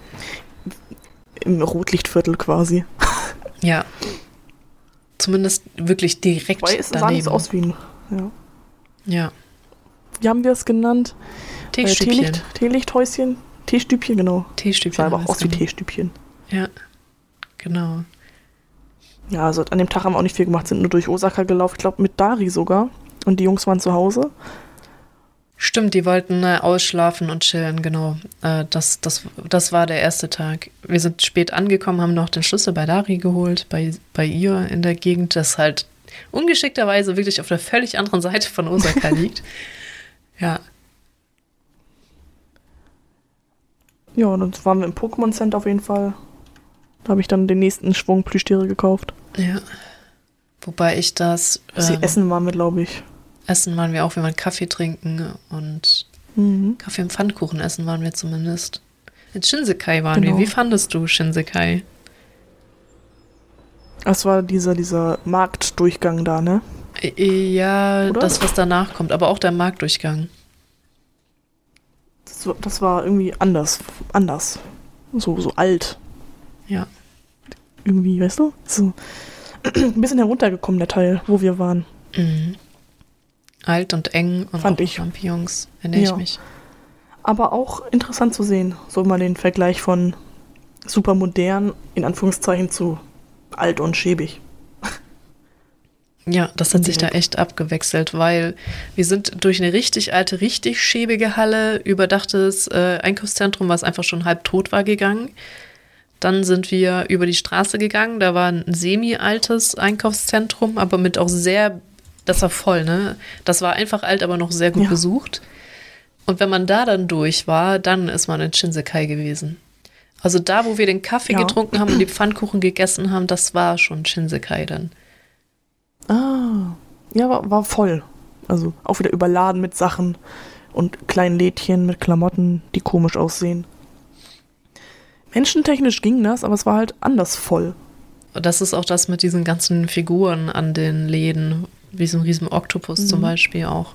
Im Rotlichtviertel quasi. Ja. Zumindest wirklich direkt Weil es sah daneben. nicht so aus wie ein. Ja. Ja. Wie haben wir es genannt? Äh, Teestübchen. Teelicht, Teelichthäuschen? Teestübchen, genau. Teestübchen. Sah aber auch heißt aus wie genau. Teestübchen. Ja, genau. Ja, also an dem Tag haben wir auch nicht viel gemacht, sind nur durch Osaka gelaufen. Ich glaube, mit Dari sogar. Und die Jungs waren zu Hause. Stimmt, die wollten äh, ausschlafen und chillen, genau. Äh, das, das, das war der erste Tag. Wir sind spät angekommen, haben noch den Schlüssel bei Dari geholt, bei, bei ihr in der Gegend, das halt ungeschickterweise wirklich auf der völlig anderen Seite von Osaka liegt. Ja. Ja, und dann waren wir im Pokémon Center auf jeden Fall. Da habe ich dann den nächsten Schwung Plüschtiere gekauft. Ja. Wobei ich das Sie ähm, essen waren wir, glaube ich. essen waren wir auch, wenn wir Kaffee trinken und Mhm. Kaffee und Pfannkuchen essen waren wir zumindest. In Shinsekai waren Genau. wir. Wie fandest du Shinsekai? Das war dieser, dieser Marktdurchgang da, ne? Äh, Ja, Oder? das, was danach kommt, aber auch der Marktdurchgang. Das war, das war irgendwie anders. Anders. So, so alt. Ja. Irgendwie, weißt du? So ein bisschen heruntergekommen, der Teil, wo wir waren. Mhm. Alt und eng und Fand auch ich. Champignons, erinnere Ja. ich mich. Aber auch interessant zu sehen. So mal den Vergleich von super modern, in Anführungszeichen, zu alt und schäbig. Ja, das hat sich da Direkt. echt abgewechselt, weil wir sind durch eine richtig alte, richtig schäbige Halle, überdachtes äh, Einkaufszentrum, was einfach schon halb tot war, gegangen. Dann sind wir über die Straße gegangen, da war ein semi-altes Einkaufszentrum, aber mit auch sehr, das war voll, ne? Das war einfach alt, aber noch sehr gut Ja. besucht. Und wenn man da dann durch war, dann ist man in Shinsekai gewesen. Also da, wo wir den Kaffee Ja. getrunken haben und die Pfannkuchen gegessen haben, das war schon Shinsekai dann. Ah, ja, war, war voll. Also auch wieder überladen mit Sachen und kleinen Lädchen mit Klamotten, die komisch aussehen. Menschentechnisch ging das, aber es war halt anders voll. Das ist auch das mit diesen ganzen Figuren an den Läden, wie so ein riesen Oktopus Mhm. zum Beispiel auch.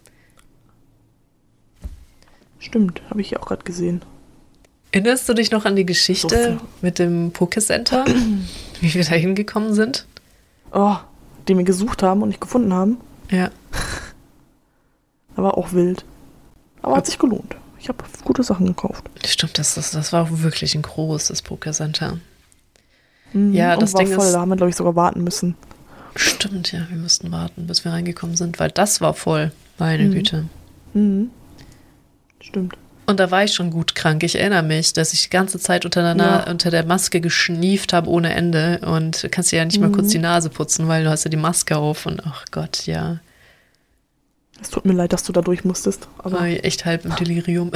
Stimmt, habe ich ja auch gerade gesehen. Erinnerst du dich noch an die Geschichte So mit dem Pokécenter, wie wir da hingekommen sind? Oh, den wir gesucht haben und nicht gefunden haben. Ja. Der war auch wild. Aber hat sich gelohnt. Ich habe gute Sachen gekauft. Stimmt, das, das, das war auch wirklich ein großes Pokécenter. Mhm, Ja, und das war Ding voll. ist- Da haben wir, glaube ich, sogar warten müssen. Stimmt, ja, wir mussten warten, bis wir reingekommen sind, weil das war voll. Meine Mhm. Güte. Mhm. Stimmt. Und da war ich schon gut krank. Ich erinnere mich, dass ich die ganze Zeit unter der, Na Ja. unter der Maske geschnieft habe ohne Ende. Und du kannst dir ja nicht mal Mhm. kurz die Nase putzen, weil du hast ja die Maske auf. Und ach Gott, ja. Es tut mir leid, dass du da durch musstest. Aber War echt halb im Delirium.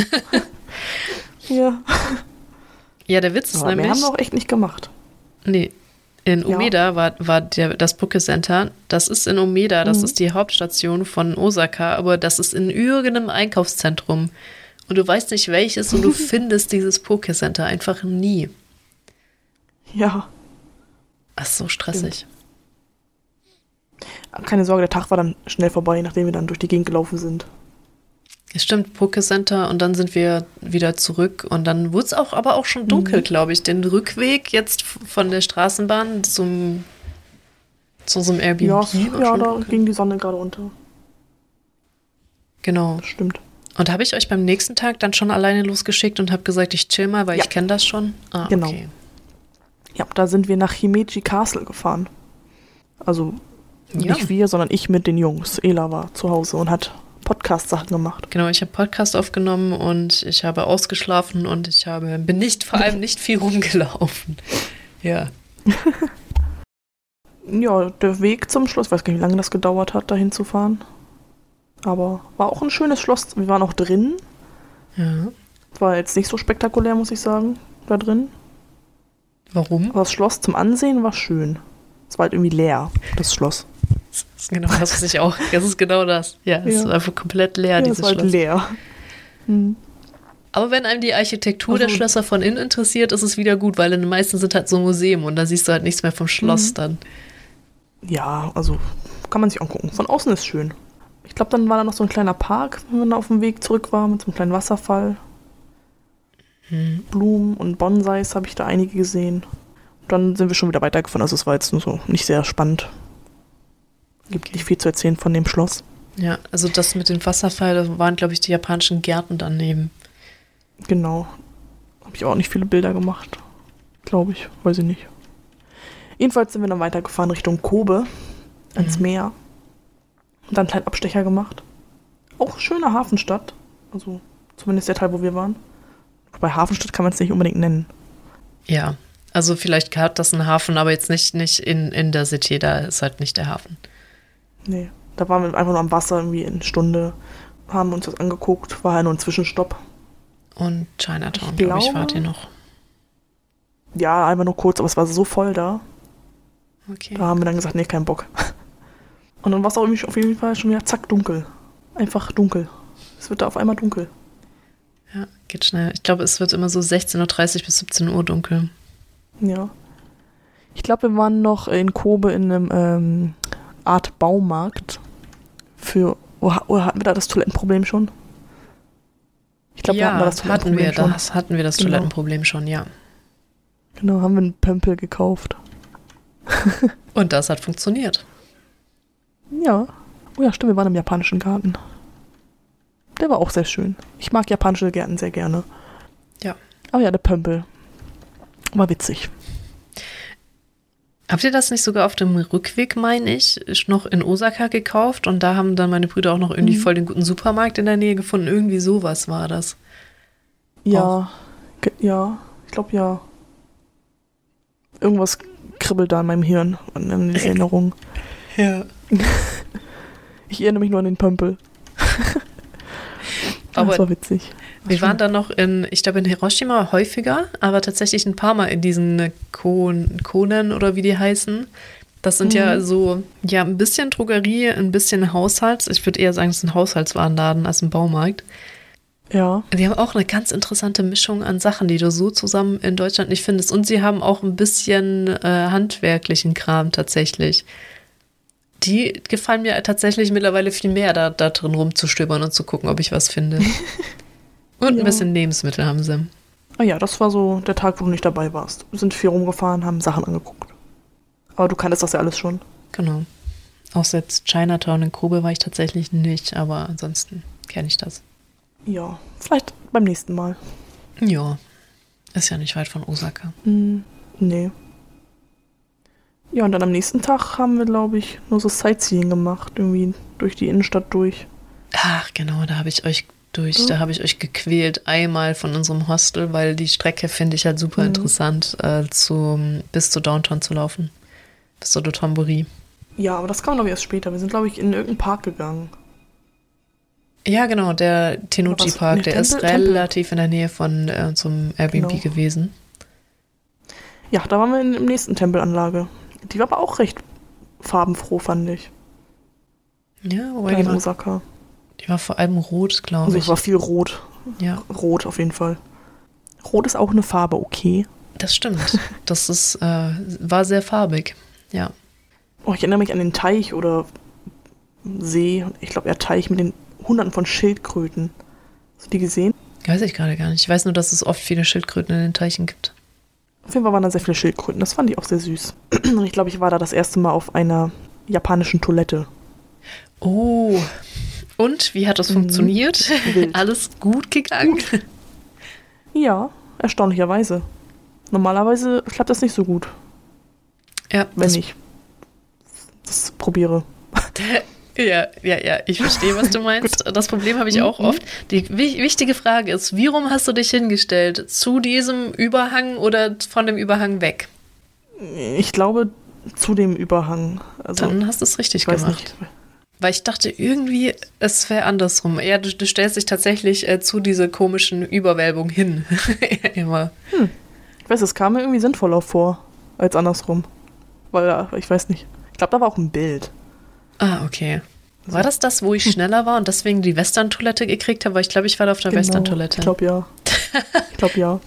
ja. Ja, der Witz ist Aber nämlich... wir haben wir auch echt nicht gemacht. Nee, in Ja. Umeda war, war der, das Poke Center. Das ist in Umeda, das Mhm. ist die Hauptstation von Osaka, aber das ist in irgendeinem Einkaufszentrum. Und du weißt nicht welches und du findest dieses Poke Center einfach nie. Ja. Das ist so stressig. Keine Sorge, der Tag war dann schnell vorbei, nachdem wir dann durch die Gegend gelaufen sind. Es stimmt, Poke Center und dann sind wir wieder zurück und dann wurde es auch, aber auch schon dunkel, Mhm. glaube ich. Den Rückweg jetzt f- von der Straßenbahn zum, zu unserem Airbnb. Ja, war ja, schon da dunkel. ging die Sonne gerade unter. Genau. Das stimmt. Und habe ich euch beim nächsten Tag dann schon alleine losgeschickt und habe gesagt, ich chill mal, weil Ja. ich kenne das schon? Ah, Genau. okay. Ja, da sind wir nach Himeji Castle gefahren. Also Ja. nicht wir, sondern ich mit den Jungs. Ela war zu Hause und hat Podcast-Sachen gemacht. Genau, ich habe Podcast aufgenommen und ich habe ausgeschlafen und ich habe, bin nicht, vor allem nicht viel rumgelaufen. Ja. Ja, der Weg zum Schloss, ich weiß gar nicht, wie lange das gedauert hat, da hinzufahren. Aber war auch ein schönes Schloss. Wir waren auch drin. Ja. War jetzt nicht so spektakulär, muss ich sagen, da drin. Warum? Aber das Schloss zum Ansehen war schön. Es war halt irgendwie leer, das Schloss. Das ist genau das, was ich auch. Das ist genau das. Ja, es Ja. ist einfach komplett leer, Ja, dieses es war halt Schloss. leer. Hm. Aber wenn einem die Architektur der Also- Schlösser von innen interessiert, ist es wieder gut, weil in den meisten sind halt so Museen und da siehst du halt nichts mehr vom Schloss Mhm. dann. Ja, also kann man sich angucken. Von außen ist schön. Ich glaube, dann war da noch so ein kleiner Park, wenn man auf dem Weg zurück war, mit so einem kleinen Wasserfall. Hm. Blumen und Bonsais habe ich da einige gesehen. Und dann sind wir schon wieder weitergefahren. Also es war jetzt nur so nicht sehr spannend. Gibt nicht viel zu erzählen von dem Schloss. Ja, also das mit dem Wasserfall, das waren, glaube ich, die japanischen Gärten daneben. Genau. Habe ich auch nicht viele Bilder gemacht. Glaube ich. Weiß ich nicht. Jedenfalls sind wir dann weitergefahren Richtung Kobe. Ans Mhm. Meer. Und dann einen kleinen Abstecher gemacht. Auch schöne Hafenstadt. Also zumindest der Teil, wo wir waren. Bei Hafenstadt kann man es nicht unbedingt nennen. Ja, also vielleicht hat das einen Hafen, aber jetzt nicht, nicht in, in der City, da ist halt nicht der Hafen. Nee. Da waren wir einfach nur am Wasser, irgendwie eine Stunde. Haben uns das angeguckt. War ja nur ein Zwischenstopp. Und Chinatown, Ich glaube ich, glaube- wart ihr noch. Ja, einfach nur kurz, aber es war so voll da. Okay. Da haben wir dann gesagt, nee, kein Bock. Und dann war es auch irgendwie auf jeden Fall schon wieder zack dunkel. Einfach dunkel. Es wird da auf einmal dunkel. Ja, geht schnell. Ich glaube, es wird immer so sechzehn Uhr dreißig bis siebzehn Uhr dunkel. Ja. Ich glaube, wir waren noch in Kobe in einem ähm, Art Baumarkt. Für. Oder, oder hatten wir da das Toilettenproblem schon? Ich glaube, wir ja, hatten da das hatten Toilettenproblem wir schon. das, hatten wir das Genau. Toilettenproblem schon, ja. Genau, haben wir einen Pömpel gekauft. Und das hat funktioniert. Ja. Oh ja, stimmt, wir waren im japanischen Garten. Der war auch sehr schön. Ich mag japanische Gärten sehr gerne. Ja. Aber ja, der Pömpel. War witzig. Habt ihr das nicht sogar auf dem Rückweg, meine ich, noch in Osaka gekauft? Und da haben dann meine Brüder auch noch irgendwie Mhm. voll den guten Supermarkt in der Nähe gefunden. Irgendwie sowas war das. Ja. Ge- Ja, ich glaube ja. Irgendwas kribbelt da in meinem Hirn an den Erinnerungen. Ja. Ich erinnere mich nur an den Pömpel. Aber das war witzig. wir waren dann noch in, ich glaube in Hiroshima häufiger, aber tatsächlich ein paar Mal in diesen Kon Konen oder wie die heißen. Das sind Mhm. ja so, ja, ein bisschen Drogerie, ein bisschen Haushalts. Ich würde eher sagen, es ist ein Haushaltswarenladen als ein Baumarkt. Ja. Die haben auch eine ganz interessante Mischung an Sachen, die du so zusammen in Deutschland nicht findest. Und sie haben auch ein bisschen äh, handwerklichen Kram tatsächlich. Die gefallen mir tatsächlich mittlerweile viel mehr, da, da drin rumzustöbern und zu gucken, ob ich was finde. Und Ja. ein bisschen Lebensmittel haben sie. Ah ja, das war so der Tag, wo du nicht dabei warst. Wir sind viel rumgefahren, haben Sachen angeguckt. Aber du kanntest das ja alles schon. Genau. Außer jetzt Chinatown in Kobe war ich tatsächlich nicht, aber ansonsten kenne ich das. Ja, vielleicht beim nächsten Mal. Ja, ist ja nicht weit von Osaka. Hm, nee. Ja, und dann am nächsten Tag haben wir, glaube ich, nur so Sightseeing gemacht. Irgendwie durch die Innenstadt durch. Ach, genau, da habe ich euch durch, Ja. da habe ich euch gequält, einmal von unserem Hostel, weil die Strecke finde ich halt super Mhm. interessant, äh, zu, bis zu Downtown zu laufen. Bis zu Dotonbori. Ja, aber das kam, glaube ich, erst später. Wir sind, glaube ich, in irgendeinen Park gegangen. Ja, genau, der Tenouchi-Park, Nee, der Tempel- ist Tempel. relativ in der Nähe von äh, unserem Airbnb Genau. gewesen. Ja, da waren wir in, im nächsten Tempelanlage. Die war aber auch recht farbenfroh, fand ich. Ja, wobei Da die in war, Osaka. die war vor allem rot, glaube Also ich. es war viel rot. Ja, Rot auf jeden Fall. Rot ist auch eine Farbe, okay. das stimmt. Das ist, äh, war sehr farbig. Ja. Oh, ich erinnere mich an den Teich oder See. Ich glaube eher Teich mit den Hunderten von Schildkröten. Hast du die gesehen? Weiß ich gerade gar nicht. Ich weiß nur, dass es oft viele Schildkröten in den Teichen gibt. Auf jeden Fall waren da sehr viele Schildkröten. Das fand ich auch sehr süß. Und ich glaube, ich war da das erste Mal auf einer japanischen Toilette. Oh. Und wie hat das Mhm. funktioniert? Wild. Alles gut gegangen? Ja, erstaunlicherweise. Normalerweise klappt das nicht so gut, Ja, wenn das, ich das probiere. ja, ja, ja, ich verstehe, was du meinst. Das Problem habe ich auch oft. Die wi- wichtige Frage ist, wie rum hast du dich hingestellt? Zu diesem Überhang oder von dem Überhang weg? Ich glaube, zu dem Überhang. Also, Dann hast du es richtig ich weiß gemacht. nicht. Weil ich dachte irgendwie, es wäre andersrum. Ja, du, du stellst dich tatsächlich äh, zu dieser komischen Überwölbung hin. Immer. Ich weiß, es kam mir irgendwie sinnvoller vor, als andersrum. Weil, ja, ich weiß nicht. Ich glaube, da war auch ein Bild. Ah, okay. War das das, wo ich schneller war und deswegen die Western-Toilette gekriegt habe? Weil ich glaube, ich war da auf der Genau, Western-Toilette. Ich glaube, ja. Ich glaube, ja.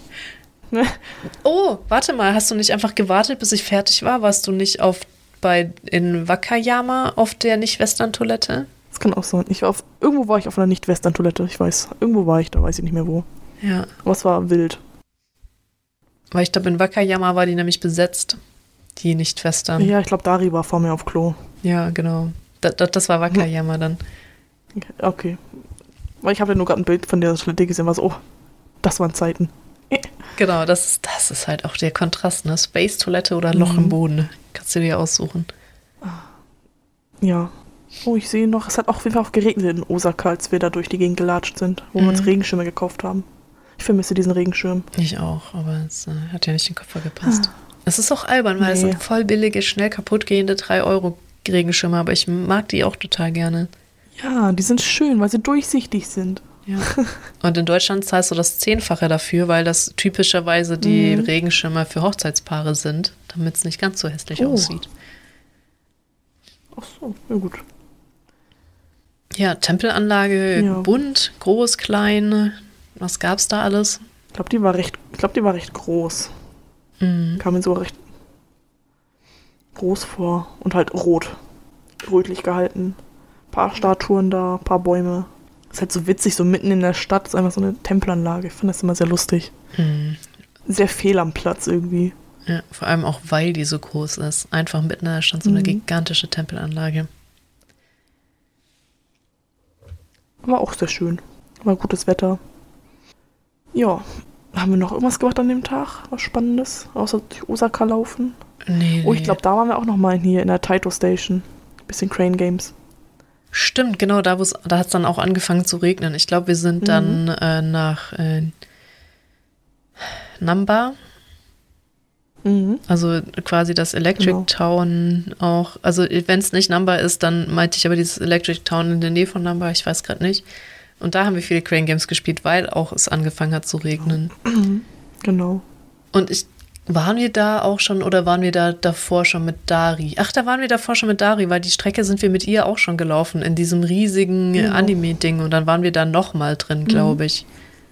Oh, warte mal, hast du nicht einfach gewartet, bis ich fertig war? Warst du nicht auf bei in Wakayama auf der Nicht-Western-Toilette? Das kann auch sein. Ich war auf, irgendwo war ich auf einer Nicht-Western-Toilette. Ich weiß. Irgendwo war ich, da weiß ich nicht mehr wo. Ja. Aber es war wild. Weil ich glaube, in Wakayama war die nämlich besetzt. Die Nicht-Western. Ja, ich glaube, Dari war vor mir auf Klo. Ja, genau. Das, das, das war Wakayama dann. Okay. Weil ich habe ja nur gerade ein Bild von der Toilette gesehen, war so, oh, das waren Zeiten. Genau, das ist, das ist halt auch der Kontrast, ne? Space-Toilette oder Loch im Boden. Kannst du dir aussuchen. Ja. Oh, ich sehe noch, es hat auch auf jeden Fall auch geregnet in Osaka, als wir da durch die Gegend gelatscht sind, wo wir uns Regenschirme gekauft haben. Ich vermisse diesen Regenschirm. Ich auch, aber es äh, hat ja nicht in den Koffer gepasst. Es ist auch albern, weil es Nee. sind voll billige, schnell kaputtgehende drei Euro Regenschirme, aber ich mag die auch total gerne. Ja, die sind schön, weil sie durchsichtig sind. Ja. Und in Deutschland zahlst du das Zehnfache dafür, weil das typischerweise die Mhm. Regenschirme für Hochzeitspaare sind, damit es nicht ganz so hässlich Oh. aussieht. Ach so, ja gut. Ja, Tempelanlage, Ja. bunt, groß, klein. Was gab's da alles? Ich glaube, die war recht, ich glaube, die war recht groß. Mhm. Kam mir so recht groß vor. Und halt rot. Rötlich gehalten. Paar Statuen da, paar Bäume. Ist halt so witzig, so mitten in der Stadt ist einfach so eine Tempelanlage. Ich finde das immer sehr lustig. Mhm. Sehr fehl am Platz irgendwie. Ja, vor allem auch, weil die so groß ist. Einfach mitten in der Stadt so eine Mhm. gigantische Tempelanlage. War auch sehr schön. War gutes Wetter. Ja. Haben wir noch irgendwas gemacht an dem Tag? Was Spannendes? Außer durch Osaka laufen? Nee, Oh, ich nee. glaube, da waren wir auch noch mal hier in der Taito Station. Bisschen Crane Games. Stimmt, genau, da, wo's- da hat es dann auch angefangen zu regnen. Ich glaube, wir sind Mhm. dann äh, nach äh, Namba, Mhm. also quasi das Electric Genau. Town auch. Also wenn es nicht Namba ist, dann meinte ich aber dieses Electric Town in der Nähe von Namba, ich weiß gerade nicht. Und da haben wir viele Crane Games gespielt, weil auch es angefangen hat zu regnen. Genau. Und ich, waren wir da auch schon oder waren wir da davor schon mit Dari? Ach, da waren wir davor schon mit Dari, weil die Strecke sind wir mit ihr auch schon gelaufen, in diesem riesigen Genau. Anime-Ding. Und dann waren wir da nochmal drin, glaube ich.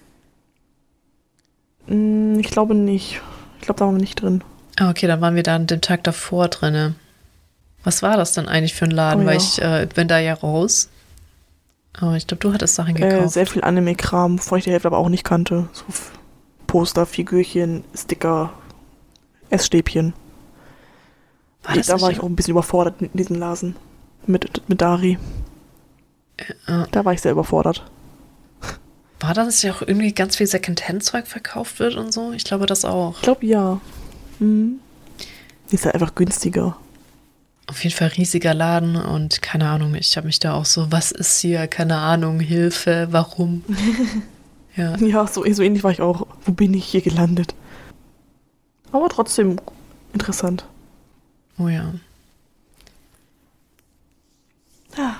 Mm, Ich glaube nicht. Ich glaube, da waren wir nicht drin. Ah, okay, dann waren wir da an dem Tag davor drinne. Was war das denn eigentlich für ein Laden? Oh, Weil ja. ich äh, bin da ja raus. Aber ich glaube, du hattest Sachen Äh, gekauft. sehr viel Anime-Kram, wovon ich die Hälfte aber auch nicht kannte. So F- Poster, Figürchen, Sticker, Essstäbchen. war das Da war nicht- ich auch ein bisschen überfordert mit diesem Laden. Mit, mit Dari. äh, Da war ich sehr überfordert. war das ja auch irgendwie ganz viel Secondhand-Zeug verkauft wird und so? Ich glaube, das auch. Ich glaube, ja. Mhm. Ist halt einfach günstiger. Auf jeden Fall riesiger Laden und keine Ahnung, ich habe mich da auch so, was ist hier? Keine Ahnung, Hilfe, warum? Ja, Ja, so, so ähnlich war ich auch. Wo bin ich hier gelandet? Aber trotzdem interessant. oh ja.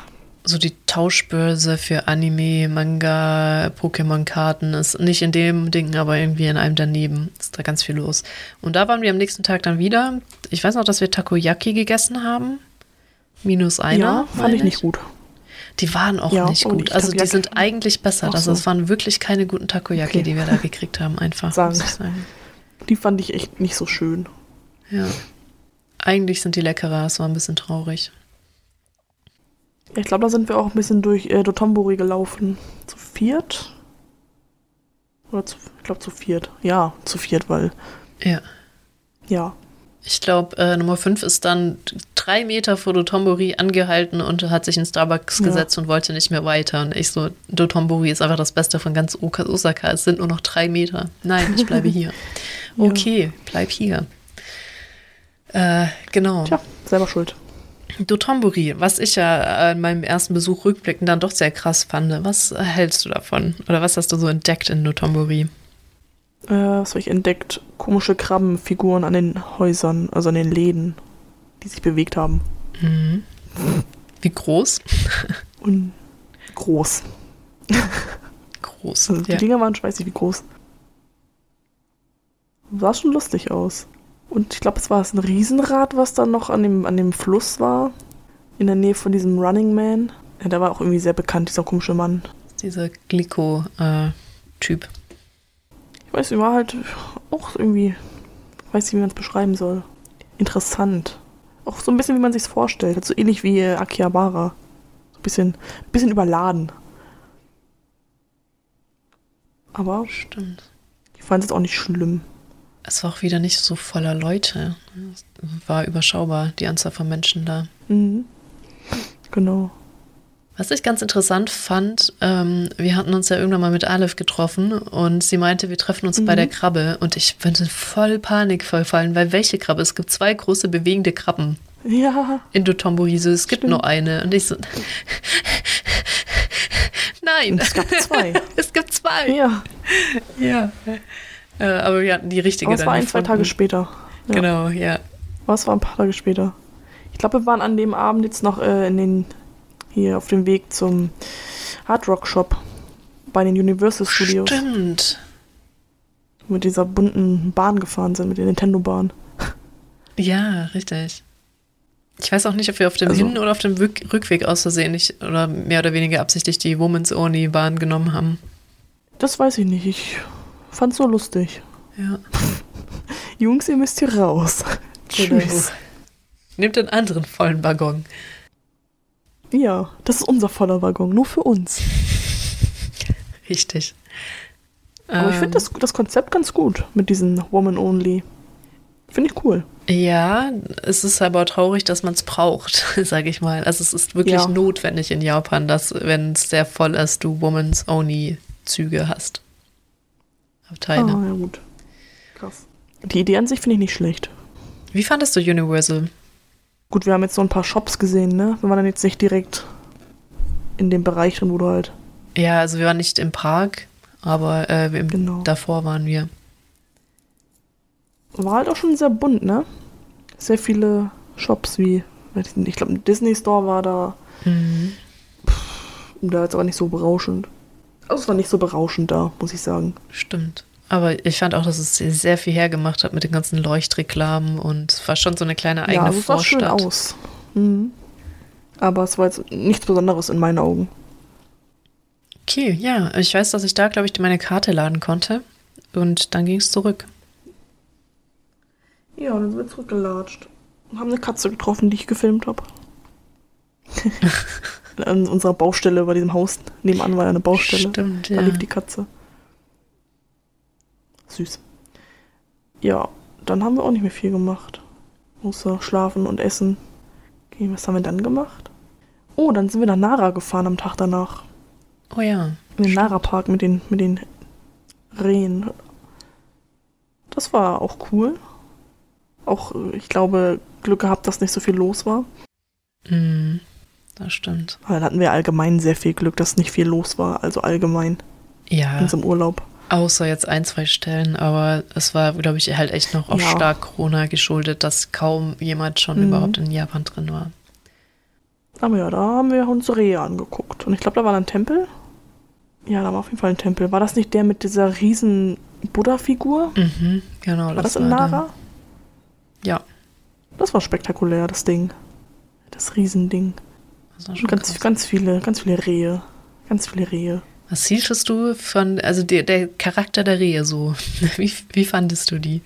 so die Tauschbörse für Anime, Manga, Pokémon-Karten ist nicht in dem Ding, aber irgendwie in einem daneben. Ist da ganz viel los. Und da waren wir am nächsten Tag dann wieder. Ich weiß noch, dass wir Takoyaki gegessen haben. Minus einer. Ja, fand ich nicht gut. Die waren auch Ja, nicht oh, gut. die Also die Takoyaki- sind eigentlich besser. Ach Also so. es waren wirklich keine guten Takoyaki, Okay. die wir da gekriegt haben, einfach, Sagen. muss ich sagen. Die fand ich echt nicht so schön. Ja. Eigentlich sind die leckerer, es war ein bisschen traurig. Ja, ich glaube, da sind wir auch ein bisschen durch äh, Dotonbori gelaufen. Zu viert? Oder zu, ich glaube zu viert. Ja, zu viert, weil, Ja. ja. Ich glaube, äh, Nummer fünf ist dann drei Meter vor Dotonbori angehalten und hat sich in Starbucks Ja. gesetzt und wollte nicht mehr weiter. Und ich so, Dotonbori ist einfach das Beste von ganz Oka- Osaka. Es sind nur noch drei Meter. Nein, ich bleibe hier. Ja. Okay, bleib hier. Äh, genau. Tja, selber schuld. Dotonbori, was ich ja an meinem ersten Besuch rückblickend dann doch sehr krass fand. Was hältst du davon? Oder was hast du so entdeckt in Dotonbori? Äh, was habe ich entdeckt? Komische Krabbenfiguren an den Häusern, also an den Läden, die sich bewegt haben. Mhm. Wie groß? Und groß. Groß. Also die Ja. Dinger waren, ich weiß nicht wie groß. Sah schon lustig aus. Und ich glaube, es war ein Riesenrad, was dann noch an dem, an dem Fluss war. In der Nähe von diesem Running Man. Ja, der war auch irgendwie sehr bekannt, dieser komische Mann. Dieser Gliko-Typ. Ich weiß, er war halt auch irgendwie, ich weiß nicht, wie man es beschreiben soll. Interessant. Auch so ein bisschen, wie man sich es vorstellt. Halt so ähnlich wie äh, Akihabara. So ein bisschen, bisschen überladen. Aber Stimmt. ich fand es jetzt auch nicht schlimm. Es war auch wieder nicht so voller Leute. Es war überschaubar, die Anzahl von Menschen da. Mhm. Genau. Was ich ganz interessant fand, ähm, wir hatten uns ja irgendwann mal mit Aleph getroffen und sie meinte, wir treffen uns Mhm. bei der Krabbe und ich bin in voll Panik verfallen, weil welche Krabbe? Es gibt zwei große bewegende Krabben Ja, in Dotonbori, so, es gibt Stimmt. nur eine und ich so, nein, und es gab zwei. es gibt zwei. Ja, Ja. Äh, aber wir hatten die richtige aber es dann war ein, zwei gefunden. Tage später. Ja. Genau, ja. Aber es war ein paar Tage später. Ich glaube, wir waren an dem Abend jetzt noch äh, in den, hier auf dem Weg zum Hard Rock Shop bei den Universal Studios. Stimmt. Mit dieser bunten Bahn gefahren sind, mit der Nintendo-Bahn. Ja, richtig. Ich weiß auch nicht, ob wir auf dem Also- Hin- oder auf dem Rück Rückweg aus Versehen nicht, oder mehr oder weniger absichtlich die Women's Only Bahn genommen haben. Das weiß ich nicht. Ich fand's so lustig. Ja. Jungs, ihr müsst hier raus. Genau. Tschüss. Nehmt den anderen vollen Waggon. Ja, das ist unser voller Waggon, nur für uns. Richtig. Aber ich Ähm, finde das, das Konzept ganz gut mit diesen Woman Only. Finde ich cool. Ja, es ist aber traurig, dass man es braucht, sage ich mal. Also es ist wirklich Ja. notwendig in Japan, dass, wenn es sehr voll ist, du Women's Only Züge hast. Abteile. Ah, ja gut. Krass. Die Idee an sich finde ich nicht schlecht. Wie fandest du Universal? Gut, wir haben jetzt so ein paar Shops gesehen, ne? Wir waren dann jetzt nicht direkt in dem Bereich drin, wo du halt... Ja, also wir waren nicht im Park, aber äh, im, Genau. davor waren wir. War halt auch schon sehr bunt, ne? Sehr viele Shops wie... Ich glaube, ein Disney Store war da. Mhm. Da ist aber nicht so berauschend. Also es war nicht so berauschend da, muss ich sagen. Stimmt. Aber ich fand auch, dass es sehr viel hergemacht hat mit den ganzen Leuchtreklamen und es war schon so eine kleine eigene ja, also es sah schön Vorstadt. aus. Mhm. Aber es war jetzt nichts Besonderes in meinen Augen. Okay, ja. Ich weiß, dass ich da, glaube ich, meine Karte laden konnte und dann ging es zurück. Ja, und dann sind wir zurückgelatscht. Und haben eine Katze getroffen, die ich gefilmt habe. An unserer Baustelle bei diesem Haus nebenan war ja eine Baustelle. Stimmt, Da ja. lief die Katze. Süß. Ja, dann haben wir auch nicht mehr viel gemacht. Außer schlafen und essen. Okay, was haben wir dann gemacht? Oh, dann sind wir nach Nara gefahren am Tag danach. Oh ja. In den Nara-Park mit den, mit den Rehen. Das war auch cool. Auch, äh, ich glaube, Glück gehabt, dass nicht so viel los war. Mhm, das stimmt. Aber dann hatten wir allgemein sehr viel Glück, dass nicht viel los war. Also allgemein Ja, in unserem Urlaub. außer jetzt ein, zwei Stellen, aber es war, glaube ich, halt echt noch auch Ja. stark Corona geschuldet, dass kaum jemand schon Mhm. überhaupt in Japan drin war. Aber ja, da haben wir uns Rehe angeguckt. Und ich glaube, da war ein Tempel. Ja, da war auf jeden Fall ein Tempel. War das nicht der mit dieser riesen Buddha-Figur? Mhm, genau. War das, das in Nara? Der. Ja. Das war spektakulär, das Ding. Das Riesending. Das war schon ganz, ganz viele, ganz viele Rehe. Ganz viele Rehe. Was hieltest du von, also der, der Charakter der Rehe so? Wie, wie fandest du die?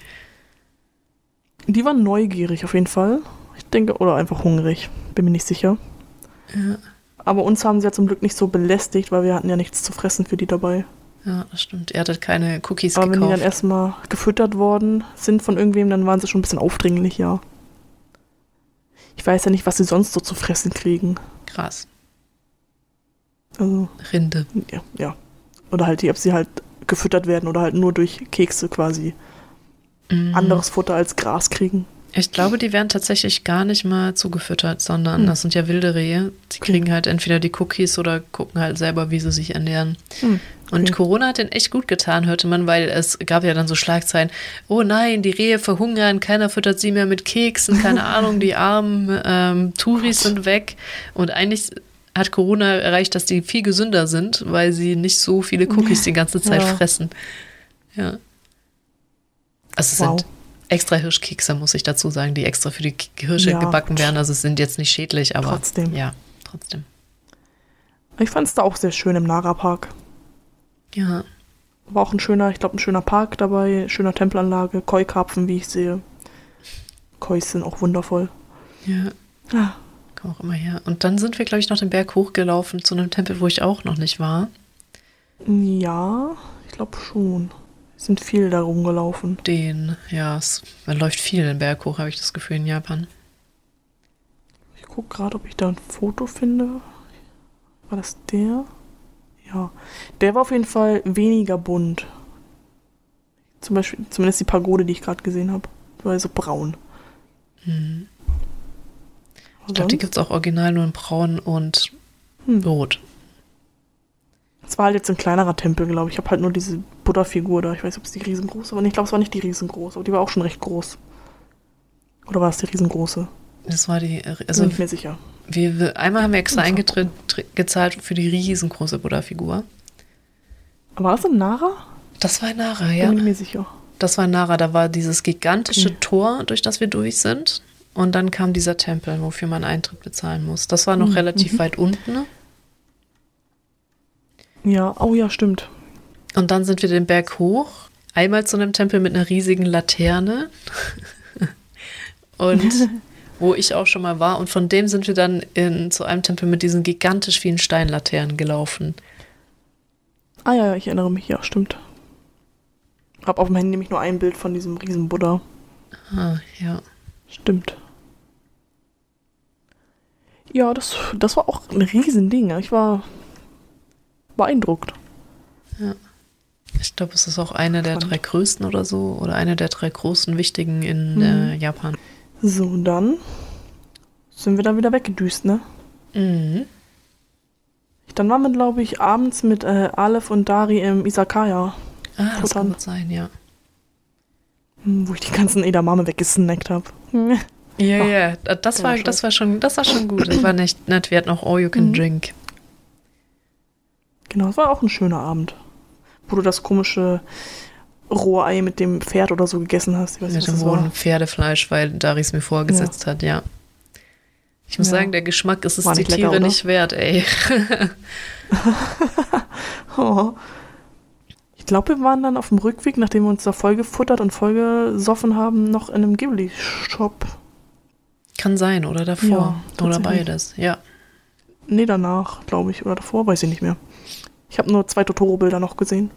Die waren neugierig auf jeden Fall. Ich denke, oder einfach hungrig. Bin mir nicht sicher. Ja. Aber uns haben sie ja zum Glück nicht so belästigt, weil wir hatten ja nichts zu fressen für die dabei. Ja, das stimmt. Ihr hattet keine Cookies Aber gekauft. wenn die dann erstmal gefüttert worden sind von irgendwem, dann waren sie schon ein bisschen aufdringlich, ja. Ich weiß ja nicht, was sie sonst so zu fressen kriegen. Krass. Also, Rinde. Ja, ja. Oder halt, die, ob sie halt gefüttert werden oder halt nur durch Kekse quasi mm. anderes Futter als Gras kriegen. Ich glaube, die werden tatsächlich gar nicht mal zugefüttert, sondern hm. das sind ja wilde Rehe. Die kriegen okay. halt entweder die Cookies oder gucken halt selber, wie sie sich ernähren. Hm. Okay. Und Corona hat denen echt gut getan, hörte man, weil es gab ja dann so Schlagzeilen, oh nein, die Rehe verhungern, keiner füttert sie mehr mit Keksen, keine Ahnung, die armen ähm, Touris sind weg. Und eigentlich hat Corona erreicht, dass die viel gesünder sind, weil sie nicht so viele Cookies die ganze Zeit ja. fressen. Ja. Also es wow. sind extra Hirschkekse, muss ich dazu sagen, die extra für die Hirsche ja. gebacken werden. Also es sind jetzt nicht schädlich, aber trotzdem. Ja, trotzdem. Ich fand es da auch sehr schön im Nara-Park. Ja. War auch ein schöner, ich glaube, ein schöner Park dabei, schöner Tempelanlage, Koi-Karpfen, wie ich sehe. Kois sind auch wundervoll. Ja. Ah. Komm auch immer her. Und dann sind wir, glaube ich, noch den Berg hochgelaufen zu einem Tempel, wo ich auch noch nicht war. Ja, ich glaube schon. Sind viel da rumgelaufen. Den, ja, es, man läuft viel den Berg hoch, habe ich das Gefühl, in Japan. Ich gucke gerade, ob ich da ein Foto finde. War das der? Ja. Der war auf jeden Fall weniger bunt. Zum Beispiel, zumindest die Pagode, die ich gerade gesehen habe. Die war so braun. Hm. Ich glaube, die gibt es auch original nur in braun und hm. rot. Es war halt jetzt ein kleinerer Tempel, glaube ich. Ich habe halt nur diese Buddha-Figur da. Ich weiß nicht, ob es die riesengroße war. Ich glaube, es war nicht die riesengroße, aber die war auch schon recht groß. Oder war es die riesengroße? Das war die, also bin nicht mehr sicher. Wir, einmal haben wir extra eingezahlt für die riesengroße Buddha-Figur. War das in Nara? Das war in Nara, ja. Bin ich mir sicher. Das war in Nara, da war dieses gigantische okay. Tor, durch das wir durch sind. Und dann kam dieser Tempel, wofür man Eintritt bezahlen muss. Das war noch mhm. relativ weit unten. Ne? Ja, oh ja, stimmt. Und dann sind wir den Berg hoch, einmal zu einem Tempel mit einer riesigen Laterne. Und wo ich auch schon mal war. Und von dem sind wir dann in, zu einem Tempel mit diesen gigantisch vielen Steinlaternen gelaufen. Ah ja, ich erinnere mich, ja, stimmt. Hab auf dem Handy nämlich nur ein Bild von diesem riesen Buddha. Ah, ja. Stimmt. Ja, das, das war auch ein Riesending. Ich war beeindruckt. Ja. Ich glaube, es ist auch eine der drei größten oder so. Oder eine der drei großen, wichtigen in mhm. äh, Japan. So, und dann sind wir da wieder weggedüst, ne? Mhm. Dann waren wir, glaube ich, abends mit äh, Aleph und Dari im Izakaya. Ah, das kann gut sein, ja. Wo ich die ganzen Edamame weggesnackt habe. Ja, Ach, ja, das war, das war schon, das war schon gut. Das war nicht nett. Wir hatten auch All You Can mhm. Drink. Genau, es war auch ein schöner Abend. Wo du das komische Rohrei mit dem Pferd oder so gegessen hast. Ich weiß nicht, mit dem rohen Pferdefleisch, weil Dari es mir vorgesetzt ja. hat, ja. Ich muss ja. sagen, der Geschmack ist es die nicht Tiere lecker, nicht wert, ey. oh. Ich glaube, wir waren dann auf dem Rückweg, nachdem wir uns da voll gefuttert und voll gesoffen haben, noch in einem Ghibli-Shop. Kann sein, oder davor. Ja, oder beides, ja. Nee, danach, glaube ich. Oder davor, weiß ich nicht mehr. Ich habe nur zwei Totoro-Bilder noch gesehen.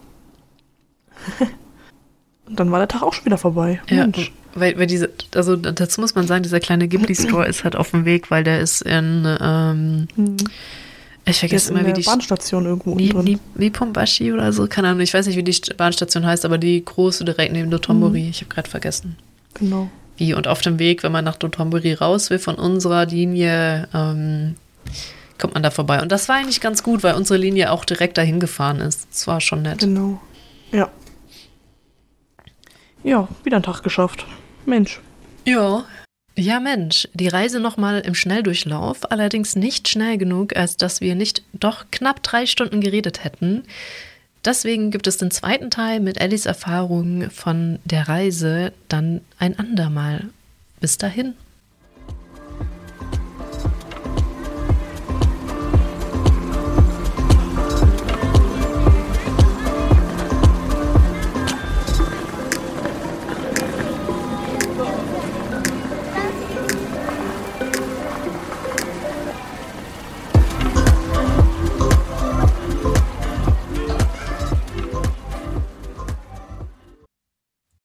Und dann war der Tag auch schon wieder vorbei. Ja, Mensch. Weil, weil diese, also dazu muss man sagen, dieser kleine Ghibli-Store ist halt auf dem Weg, weil der ist in, ähm, hm. ich vergesse immer, wie die Bahnstation irgendwo Ni, drin. Ni, Nippon-bashi oder so, keine Ahnung, ich weiß nicht, wie die Bahnstation heißt, aber die große direkt neben Dotonbori, hm. ich habe gerade vergessen. Genau. Wie, und auf dem Weg, wenn man nach Dotonbori raus will, von unserer Linie, ähm, kommt man da vorbei. Und das war eigentlich ganz gut, weil unsere Linie auch direkt dahin gefahren ist. Das war schon nett. Genau, ja. Ja, wieder einen Tag geschafft. Mensch. Ja. Ja, Mensch, die Reise nochmal im Schnelldurchlauf, allerdings nicht schnell genug, als dass wir nicht doch knapp drei Stunden geredet hätten. Deswegen gibt es den zweiten Teil mit Ellis Erfahrungen von der Reise dann ein andermal. Bis dahin.